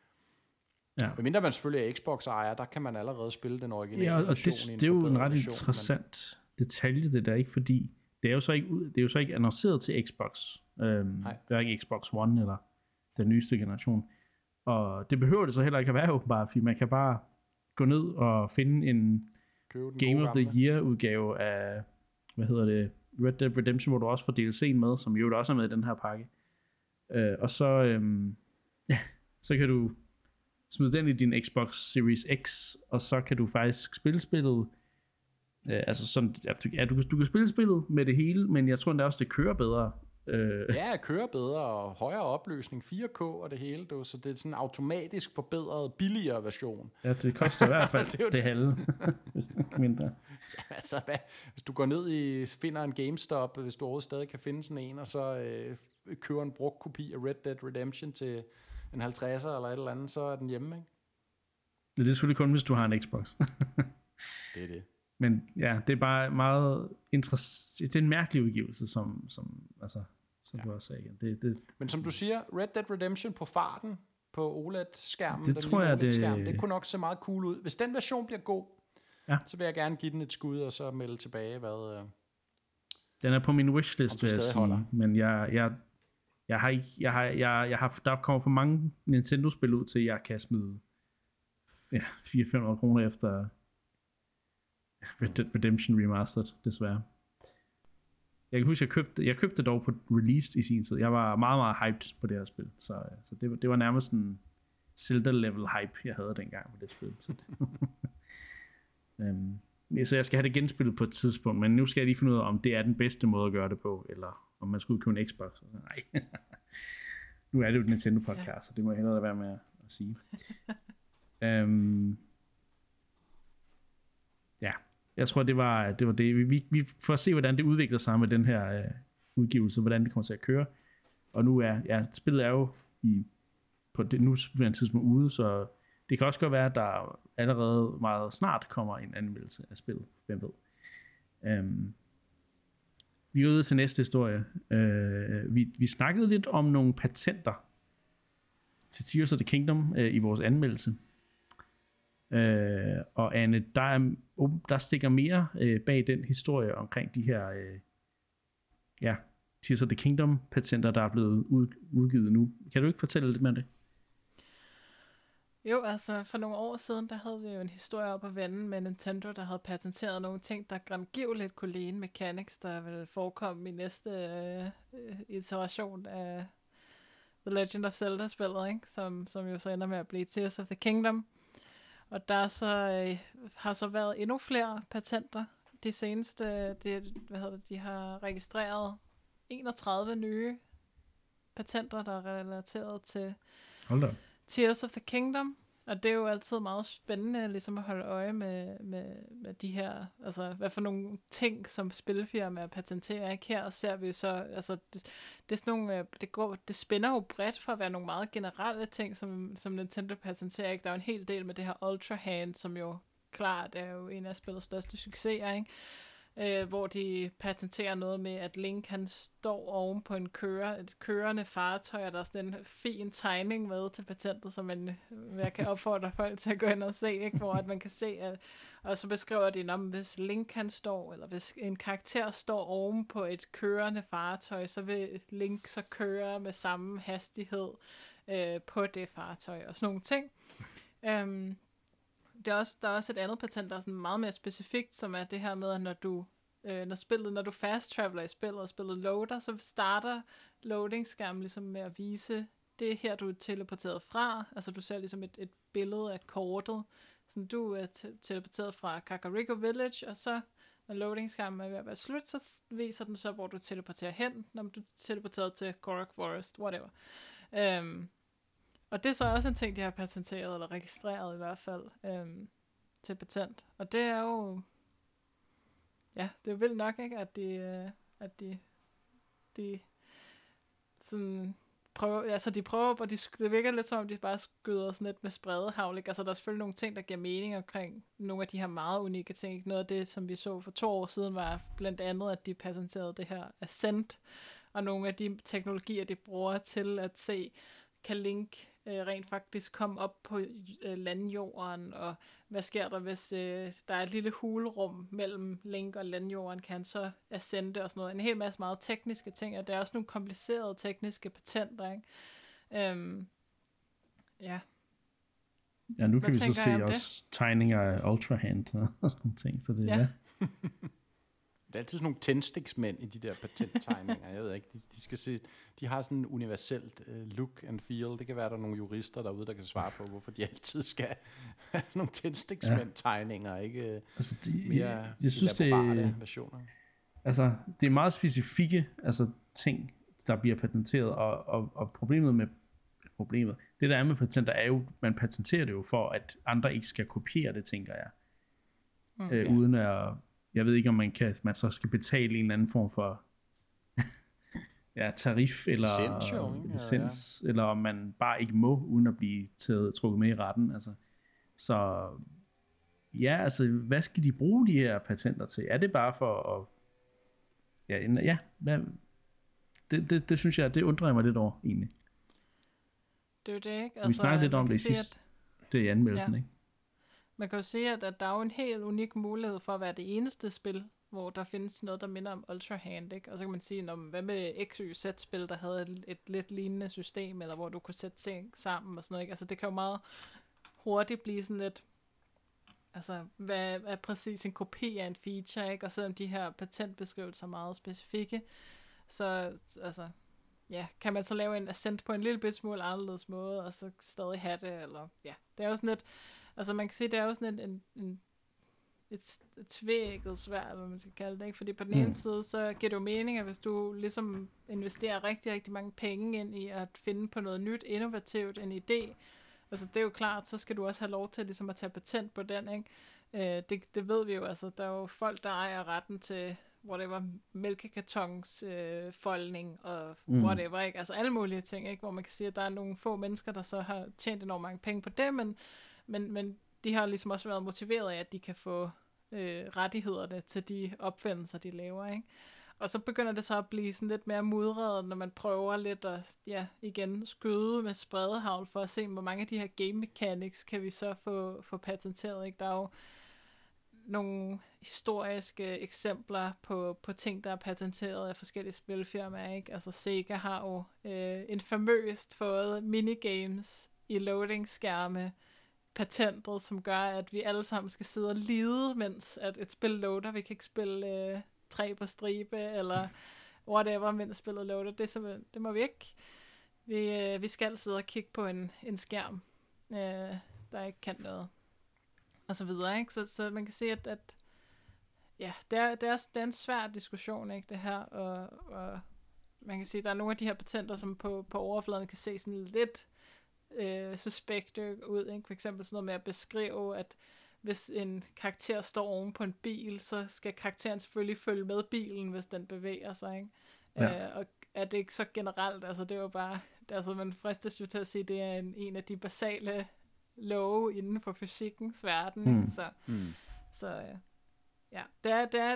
Ja.
Men mindre man selvfølgelig er Xbox-ejer, der kan man allerede spille den originale
version. Ja, og det er jo en ret interessant detalje, det der, ikke? Fordi det er jo så ikke annonceret til Xbox. Det er ikke Xbox One eller den nyeste generation. Og det behøver det så heller ikke at være åbenbart, fordi man kan bare gå ned og finde en Game of the Year udgave af, Red Dead Redemption, hvor du også får DLC'en med, som jo også er med i den her pakke. Og så, så kan du smide den i din Xbox Series X, og så kan du faktisk spille spillet, altså sådan, du kan spille spillet med det hele, men jeg tror endda også, det kører bedre.
Ja, det kører bedre, og højere opløsning, 4K og det hele, så det er sådan en automatisk forbedret, billigere version.
Ja, det koster i hvert fald det halve. Mindre.
Ja, altså, hvis du går ned finder en GameStop, hvis du overhovedet stadig kan finde sådan en, og så køber en brugt kopi af Red Dead Redemption til en 50'er eller et eller andet, så er den hjemme, ikke?
Det er selvfølgelig kun, hvis du har en Xbox.
Det er det.
Men ja, det er bare meget interessant. Det er en mærkelig udgivelse, som du også sagde igen.
Men som du siger, Red Dead Redemption på farten, på OLED-skærmen,
det tror jeg,
det kunne nok se meget cool ud. Hvis den version bliver god, så vil jeg gerne give den et skud, og så melde tilbage, hvad...
Den er på min wishlist, vil jeg sige. Men der kommer for mange Nintendo-spil ud til, at jeg kan smide 400-500 kroner efter Red Dead Redemption Remastered, desværre. Jeg kan huske, jeg købte det dog på release i sin tid. Jeg var meget, meget hyped på det her spil. Så det var nærmest en Zelda-level hype, jeg havde dengang på det spil. Så jeg skal have det genspillet på et tidspunkt, men nu skal jeg lige finde ud af, om det er den bedste måde at gøre det på, eller om man skal udkøbe en Xbox. Nej. Nu er det jo et Nintendo-podcast, så det må jeg hellere være med at sige. Ja, jeg tror, det var det. Vi får se, hvordan det udvikler sig med den her udgivelse, hvordan det kommer til at køre. Og nu spillet er jo på det nuværende tidspunkt ude, så det kan også godt være, at der allerede meget snart kommer en anmeldelse af spillet. Hvem ved. Vi er ude til næste historie. Vi snakkede lidt om nogle patenter til Tears of the Kingdom i vores anmeldelse. Og Anne, der stikker mere bag den historie omkring de her Tears of the Kingdom patenter, der er blevet udgivet nu. Kan du ikke fortælle lidt mere om det?
Jo, altså for nogle år siden, der havde vi jo en historie op at vende med Nintendo, der havde patenteret nogle ting, der grangiveligt kunne ligne mechanics, der ville forekomme i næste iteration af The Legend of Zelda-spillet, ikke? Som jo så ender med at blive Tears of the Kingdom. Og der har så været endnu flere patenter de seneste, de har registreret 31 nye patenter, der er relateret til Tears of the Kingdom. Og det er jo altid meget spændende ligesom at holde øje med de her, altså hvad for nogle ting, som spilfirmaer patenterer. Ikke? Her ser vi så, altså det er sådan nogle, det spænder jo bredt for at være nogle meget generelle ting, som Nintendo patenterer. Ikke? Der er jo en hel del med det her Ultra Hand, som jo klart er jo en af spillets største succeser, ikke? Hvor de patenterer noget med, at Link han står oven på et kørende fartøj, og der er sådan en fin tegning med til patentet, som jeg kan opfordre folk til at gå ind og se, ikke? Hvor at man kan se, at, og så beskriver de, at hvis Link han står, eller hvis en karakter står oven på et kørende fartøj, så vil Link så køre med samme hastighed på det fartøj, og sådan nogle ting. Der er også et andet patent, der er sådan meget mere specifikt, som er det her med, at når du fast traveler i spillet, og spillet loader, så starter loading-skærmen ligesom med at vise, det er her, du er teleporteret fra. Altså du ser ligesom et billede af kortet. Så du er teleporteret fra Kakariko Village, og så når loading-skærmen er ved at være slut, så viser den så, hvor du teleporterer hen, når du er teleporteret til Korok Forest, whatever. Og det er så også en ting, de har patenteret, eller registreret i hvert fald, til patent. Og det er jo, ja, det er jo vildt nok, ikke, at de sådan prøver, altså de prøver, og det virker lidt som om, de bare skyder sådan lidt med spredehagl, ikke? Altså der er selvfølgelig nogle ting, der giver mening omkring nogle af de her meget unikke ting. Noget af det, som vi så for 2 år siden, var blandt andet, at de patenterede det her Ascent, og nogle af de teknologier, de bruger til at se, kan Link rent faktisk komme op på landjorden, og hvad sker der, hvis der er et lille hulrum mellem Link og landjorden, kan han så ascende og sådan noget. En hel masse meget tekniske ting, og der er også nogle komplicerede tekniske patenter, ikke? Ja.
Ja, nu kan vi så se også tegninger af Ultra Hand og sådan nogle ting, så det
ja.
Det er altid sådan nogle tændstiksmænd i de der patenttegninger. Jeg ved ikke, de skal se, de har sådan en universelt look and feel. Det kan være, der er nogle jurister derude, der kan svare på, hvorfor de altid skal have sådan nogle tændstiksmænd-tegninger, ikke
altså
mere
jeg synes, det
versioner.
Altså, det er meget specifikke ting, der bliver patenteret, og problemet, det der er med patenter, er jo, man patenterer det jo for, at andre ikke skal kopiere det, tænker jeg. Uden at, jeg ved ikke, om man så skal betale en eller anden form for tarif, eller licens, eller om man bare ikke må, uden at blive trukket med i retten, altså. Så, ja, altså, hvad skal de bruge de her patenter til? Er det bare for at, det synes jeg, det undrer jeg mig lidt over, egentlig.
Det er jo det, ikke? Altså,
vi snakkede lidt om det i sidste, det er i anmeldelsen, ikke?
Man kan jo sige, at der er jo en helt unik mulighed for at være det eneste spil, hvor der findes noget, der minder om Ultra Hand, ikke? Og så kan man sige, hvad med XYZ-spil, der havde et lidt lignende system, eller hvor du kunne sætte ting sammen og sådan noget, ikke? Altså det kan jo meget hurtigt blive sådan lidt, altså hvad er præcis en kopi af en feature, ikke? Og selvom de her patentbeskrivelser er meget specifikke, så altså, ja, kan man så lave en Ascent på en lille bit smule anderledes måde, og så stadig have det, eller ja, det er jo sådan lidt, altså man kan sige, det er jo sådan et tvækket sværd, hvad man skal kalde det, ikke? Fordi på den ene side, så giver det jo mening, at hvis du ligesom investerer rigtig, rigtig mange penge ind i at finde på noget nyt, innovativt, en idé, altså det er jo klart, så skal du også have lov til ligesom at tage patent på den, ikke? Det ved vi jo, altså der er jo folk, der ejer retten til whatever, mælkekartons foldning og whatever, ikke? Altså alle mulige ting, ikke? Hvor man kan sige, at der er nogle få mennesker, der så har tjent enormt mange penge på det, men de har ligesom også været motiveret af, at de kan få rettighederne til de opfindelser, de laver, ikke? Og så begynder det så at blive sådan lidt mere mudret, når man prøver lidt at, igen skyde med spredehagl for at se, hvor mange af de her game mechanics kan vi så få patenteret, ikke? Der er jo nogle historiske eksempler på ting, der er patenteret af forskellige spilfirmaer, ikke? Altså Sega har jo infamøst fået minigames i loading-skærme patentet, som gør, at vi alle sammen skal sidde og lide, mens at et spil loader. Vi kan ikke spille 3 på stribe, eller whatever, mens spillet loader. Det må vi ikke. Vi skal sidde og kigge på en skærm, der ikke kan noget. Og så videre, ikke? Så man kan sige, at ja, det er en svær diskussion, ikke, det her, og man kan sige, der er nogle af de her patenter, som på overfladen kan se sådan lidt suspekte ud, ikke? For eksempel sådan noget med at beskrive, at hvis en karakter står oven på en bil, så skal karakteren selvfølgelig følge med bilen, hvis den bevæger sig, ikke?
Ja.
Og er det ikke så generelt, altså det er jo bare, altså man fristes jo til at sige, det er en af de basale love inden for fysikkens verden, ikke? Så ja, det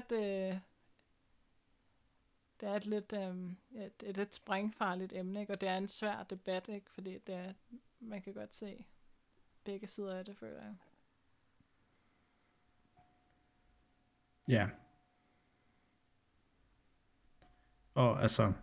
er et lidt, et lidt sprængfarligt emne, ikke? Og det er en svær debat, ikke? Fordi man kan godt se begge sider af det, føler jeg.
Ja. Og altså,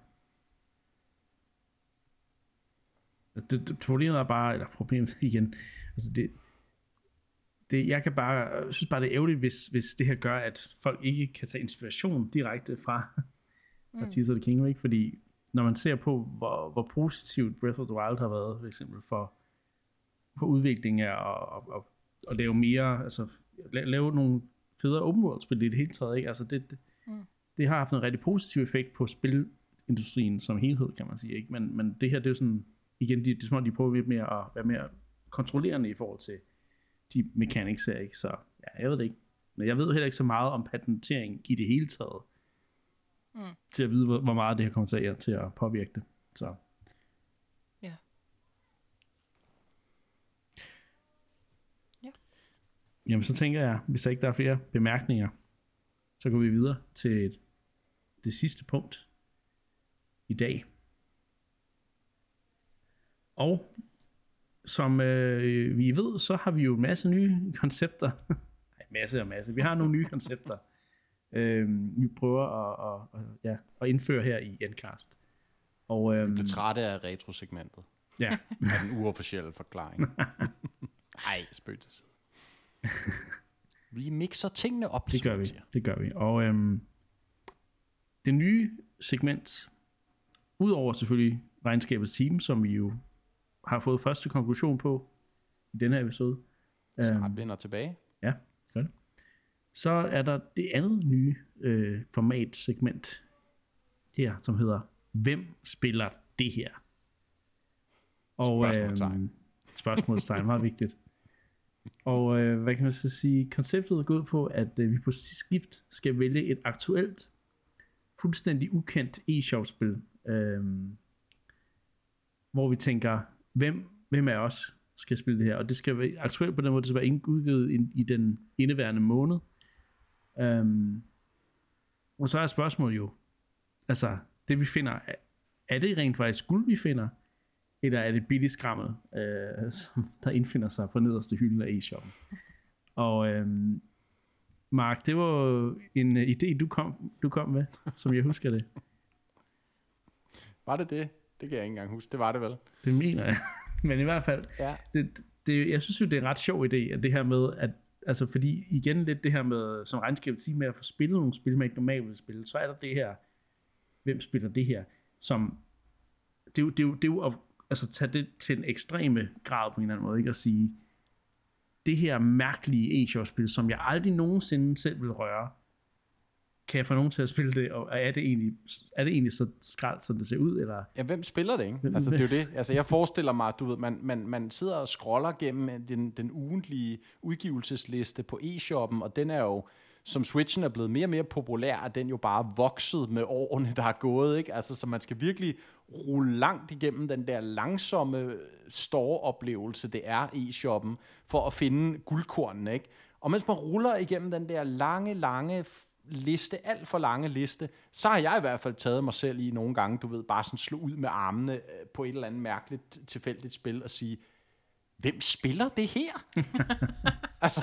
problemet er bare, eller problemet igen, altså jeg synes bare, det er ærgerligt, hvis det her gør, at folk ikke kan tage inspiration direkte fra Tears of the Kingdom, ikke? Fordi når man ser på, hvor positivt Breath of the Wild har været, for eksempel for udvikling af og lave mere, altså lave nogle federe open world spil i det hele taget, ikke? Altså det har haft en rigtig positiv effekt på spilindustrien som helhed, kan man sige, ikke? Men det her, det er jo sådan, igen, det er som om, de prøver lidt mere at være mere kontrollerende i forhold til de mechanics her, ikke? Så ja, jeg ved det ikke. Men jeg ved heller ikke så meget om patentering i det hele taget, til at vide, hvor meget det her kommer til at påvirke det. Så.
Ja. Ja.
Jamen, så tænker jeg, hvis der ikke er flere bemærkninger, så går vi videre til det sidste punkt i dag. Og som vi ved, så har vi jo en masse nye koncepter. masse. Vi har nogle nye koncepter, vi prøver at indføre her i Endcast. Og,
jeg bliver trætte af retrosegmentet.
Ja.
Af den uofficielle forklaring. Ej, spøg til side. Vi mixer tingene op.
Det gør vi. Og det nye segment, udover selvfølgelig regnskabets team, som vi jo har fået første konklusion på i denne her episode.
Så vender tilbage.
Ja, gør det. Så er der det andet nye formatsegment her, som hedder, hvem spiller det her? Og spørgsmålstegn, meget vigtigt. Og hvad kan man så sige? Konceptet går ud på, at vi på skift skal vælge et aktuelt, fuldstændig ukendt e-shop-spil, hvor vi tænker, hvem af os skal spille det her? Og det skal være aktuelt på den måde, det skal være udgivet i den indeværende måned. Og så er spørgsmålet jo, altså det vi finder, er det rent faktisk guld vi finder, eller er det billig skrammel, som der indfinder sig på nederste hylde af e-shoppen? Og Mark, det var en idé du kom med, som jeg husker det.
Var det det? Det kan jeg ikke engang huske. Det var det vel?
Det mener jeg. Men i hvert fald,
ja.
Jeg synes jo, det er en ret sjov idé, at det her med, at altså fordi igen lidt det her med, som regnskabet siger med at få spillet nogle spil, man ikke normalt vil spille, så er der det her, hvem spiller det her, som det er jo at altså, tage det til en ekstreme grad på en eller anden måde, ikke? At sige, det her mærkelige e-shop-spil, som jeg aldrig nogensinde selv vil røre, kan jeg få nogen til at spille det, og er det egentlig så skrald, som det ser ud, eller?
Ja, hvem spiller det, ikke? Altså, det er jo det. Altså, jeg forestiller mig, du ved, man sidder og scroller gennem den ugentlige udgivelsesliste på e-shoppen, og den er jo, som Switchen er blevet mere og mere populær, er den jo bare vokset med årene, der er gået, ikke? Altså, så man skal virkelig rulle langt igennem den der langsomme store-oplevelse, det er e-shoppen, for at finde guldkornene, ikke? Og mens man ruller igennem den der lange liste, alt for lange liste, så har jeg i hvert fald taget mig selv i nogle gange, du ved, bare sådan slå ud med armene på et eller andet mærkeligt, tilfældigt spil og sige, hvem spiller det her? Altså,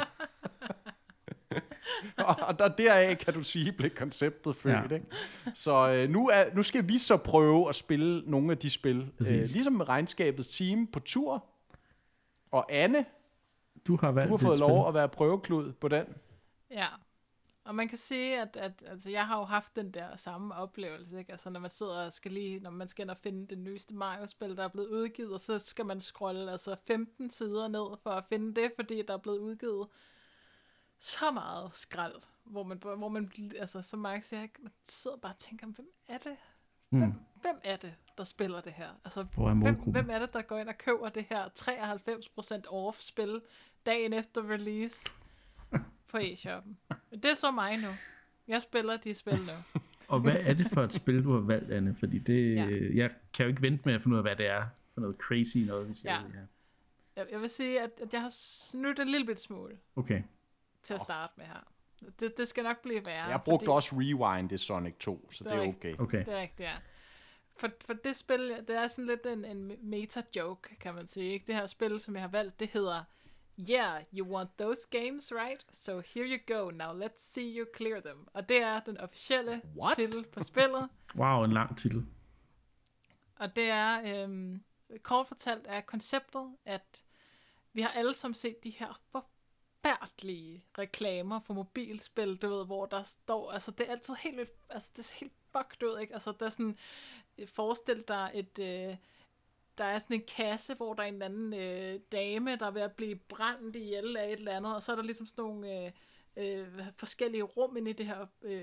og deraf kan du sige, blev konceptet født, ikke? Så nu skal vi så prøve at spille nogle af de spil, ligesom med regnskabets team på tur. Og Anne, du har fået lov at være prøveklud på den.
Ja. Og man kan sige, at altså, jeg har jo haft den der samme oplevelse, ikke? Altså, når man sidder og når man skal ind og finde det nyeste Mario-spil, der er blevet udgivet, og så skal man scrolle altså 15 sider ned for at finde det, fordi der er blevet udgivet så meget skrald, hvor man altså, som Mark siger, man sidder bare og tænker, hvem er det? Hvem er det, der spiller det her? Altså, hvem er det, der går ind og køber det her 93% off-spil dagen efter release på eShoppen? Det er så mig nu. Jeg spiller de spil nu.
Og hvad er det for et spil, du har valgt, Anne? Fordi det, jeg kan jo ikke vente med at finde ud af, hvad det er for noget crazy noget, vi ser her.
Jeg vil sige, at jeg har snydt en lille bit smule til at starte med her. Det skal nok blive værre.
Jeg brugte også Rewind i Sonic 2, så det er okay.
Det er rigtigt, ja. For det spil, det er sådan lidt en meta-joke, kan man sige. Ikke? Det her spil, som jeg har valgt, det hedder Yeah, you want those games, right? So here you go. Now let's see you clear them. Og det er den officielle titel på spillet.
Wow, en lang titel.
Og det er, kort fortalt er konceptet, at vi har alle sammen set de her forfærdelige reklamer for mobilspil, du ved, hvor der står, altså det er altid helt, altså det er helt fucked ud, ikke? Altså der er sådan, forestil dig der er sådan en kasse, hvor der er en eller anden dame, der er ved at blive brændt ihjel af et eller andet, og så er der ligesom sådan nogle forskellige rum inde i det her,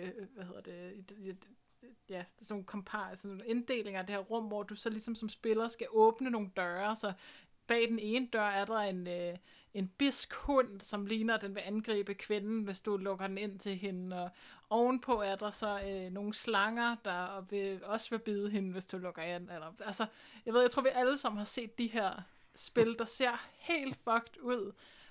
sådan nogle inddelinger af det her rum, hvor du så ligesom som spiller skal åbne nogle døre, så bag den ene dør er der en bisk hund, som ligner, at den vil angribe kvinden, hvis du lukker den ind til hende. Og ovenpå er der så nogle slanger, der også vil bide hende, hvis du lukker ind. Altså, jeg tror, vi alle sammen har set de her spil, der ser helt fucked ud.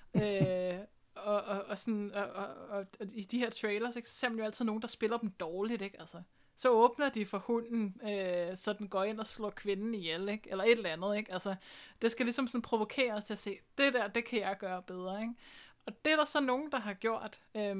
Og i de her trailers, ikke, så ser man jo altid nogen, der spiller dem dårligt, ikke? Altså, så åbner de for hunden, så den går ind og slår kvinden ihjel, ikke? Eller et eller andet, ikke? Altså, det skal ligesom sådan provokere os til at se, det der, det kan jeg gøre bedre, ikke? Og det er der så nogen, der har gjort.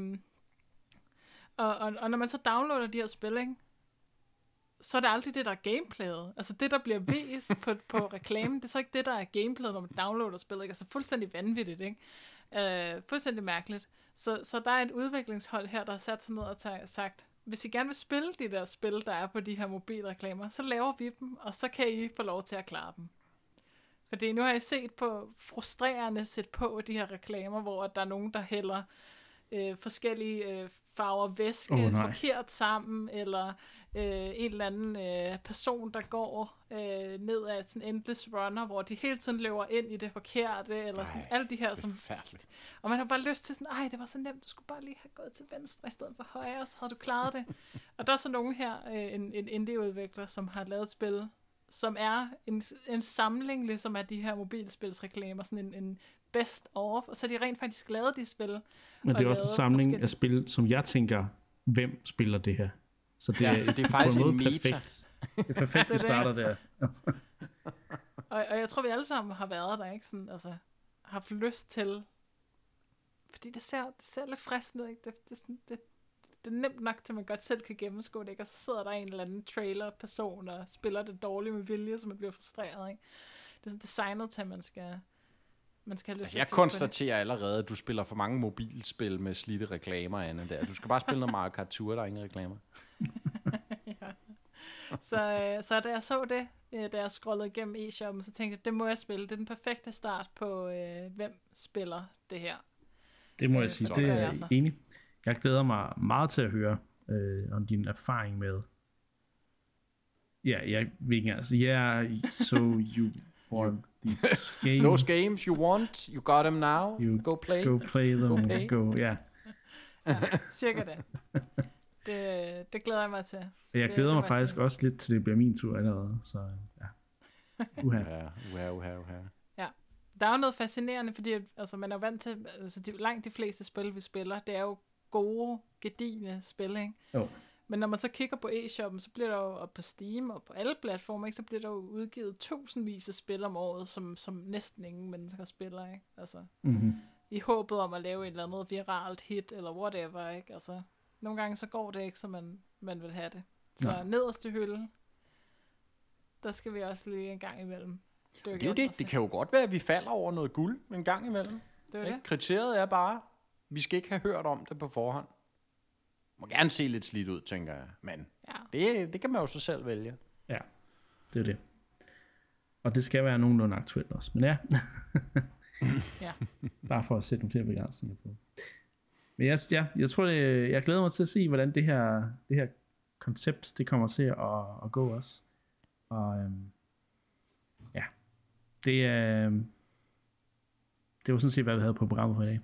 Og når man så downloader de her spil, ikke? Så er det aldrig det, der er gameplayet. Altså det, der bliver vist på reklamen, det er så ikke det, der er gameplayet, når man downloader spillet, ikke? Altså fuldstændig vanvittigt, ikke? Fuldstændig mærkeligt. Så der er et udviklingshold her, der har sat sig ned og sagt, hvis I gerne vil spille de der spil, der er på de her mobilreklamer, så laver vi dem, og så kan I få lov til at klare dem. Fordi nu har jeg set på frustrerende set på de her reklamer, hvor der er nogen, der hælder forskellige farver væske forkert sammen, eller en eller anden person, der går ned ad sådan en endless runner, hvor de hele tiden løber ind i det forkerte, eller sådan alle de her, som... Og man har bare lyst til sådan, det var så nemt, du skulle bare lige have gået til venstre i stedet for højre, så havde du klaret det. Og der er så nogen her, en indie-udvikler, som har lavet et spil, som er en samling ligesom af de her mobilspilsreklamer, sådan en best of, og så har de rent faktisk lavet de spil.
Men det er også en samling af spil, som jeg tænker, hvem spiller det her? Så det,
så det er faktisk en meta.
Perfekt. Det er perfekt, vi starter der.
og jeg tror, vi alle sammen har været der, ikke? Sådan, altså, haft lyst til, fordi det ser lidt fristende ud, ikke? Det er nemt nok til, at man godt selv kan gennemskue det, ikke? Og så sidder der en eller anden trailer-person og spiller det dårligt med vilje, så man bliver frustreret, ikke? Det er sådan designet til, at man skal have lyst til
jeg konstaterer allerede, at du spiller for mange mobilspil med slidte reklamer, Anne, der. Du skal bare spille noget Mario Kart Tour, der er ingen reklamer.
Ja. Så da jeg så det, da jeg scrollede igennem eShoppen, så tænkte jeg, det må jeg spille. Det er den perfekte start på, hvem spiller det her.
Det må jeg sige, det er jeg enig. Jeg glæder mig meget til at høre om din erfaring med. Ja, jeg ved ikke, altså, so you want these games.
Those games you want, you got them now, go play
them, yeah.
Ja, cirka det. Det glæder jeg mig til.
Jeg glæder mig faktisk også lidt til, det bliver min tur allerede, så ja.
Uha.
Ja, der er jo noget fascinerende, fordi altså, man er vant til, altså langt de fleste spil, vi spiller, det er jo gode, gedigne spil, ikke?
Jo.
Men når man så kigger på eShoppen, så bliver der jo, og på Steam og på alle platformer, ikke, så bliver der jo udgivet tusindvis af spil om året, som næsten ingen mennesker spiller, ikke? Altså, i håbet om at lave et eller andet viralt hit, eller whatever, ikke? Altså, nogle gange så går det ikke, som man vil have det. Så nederste hylde, der skal vi også lige en gang imellem dykke ind.
Det kan jo godt være, at vi falder over noget guld en gang imellem.
Det er det.
Kriteriet er bare, vi skal ikke have hørt om det på forhånd. Må gerne se lidt slidt ud, tænker jeg. Men det kan man jo så selv vælge.
Ja, det er det. Og det skal være nogenlunde aktuelt også. Men ja.
Ja.
Bare for at sætte nogle flere begrænsninger på. Men jeg tror, jeg glæder mig til at se, hvordan det her koncept, det kommer til at gå også. Og det var sådan set, hvad vi havde på programmet for i dag.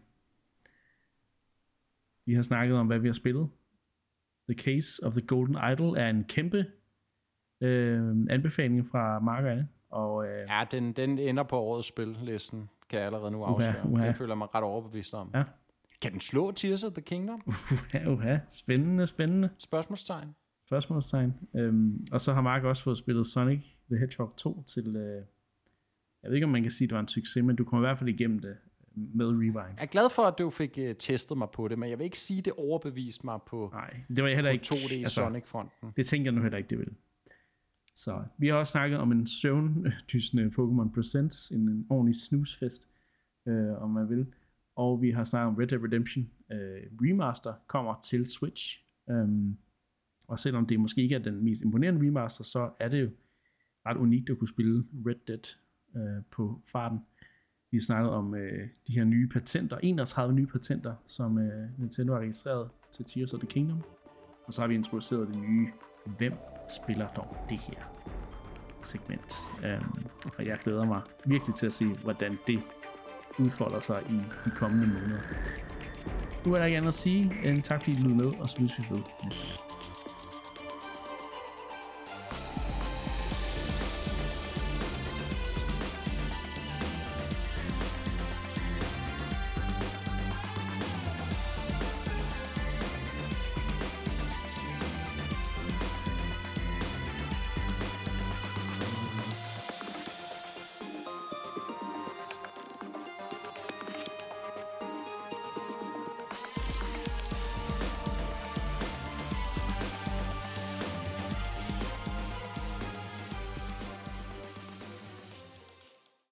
Vi har snakket om, hvad vi har spillet. The Case of the Golden Idol er en kæmpe anbefaling fra Mark og Anne. Og,
ja, den ender på årets spillisten, kan jeg allerede nu afsløre. Det føler jeg mig ret overbevist om.
Ja.
Kan den slå Tears of the Kingdom?
Spændende.
Spørgsmålstegn.
Og så har Mark også fået spillet Sonic the Hedgehog 2 til... jeg ved ikke, om man kan sige, at det var en succes, men du kommer i hvert fald igennem det med Rewind.
Jeg er glad for, at du fik testet mig på det, men jeg vil ikke sige, at det overbeviste mig på,
nej, det var jeg heller ikke,
2D Sonic-fronten.
Det tænker jeg nu heller ikke, det vil. Så vi har også snakket om en søvndysende Pokémon Presents, en ordentlig snusfest, om man vil. Og vi har snakket om Red Dead Redemption Remaster kommer til Switch. Og selvom det måske ikke er den mest imponerende remaster, så er det jo ret unikt at kunne spille Red Dead på farten. Vi har snakket om de her nye patenter, 31 nye patenter, som Nintendo har registreret til Tears of the Kingdom. Og så har vi introduceret det nye, hvem spiller dog det her segment. Og jeg glæder mig virkelig til at se, hvordan det udfolder sig i de kommende måneder. Nu er der ikke andet at sige, end tak fordi I lyttede med, og så lyttes vi ved næste gang.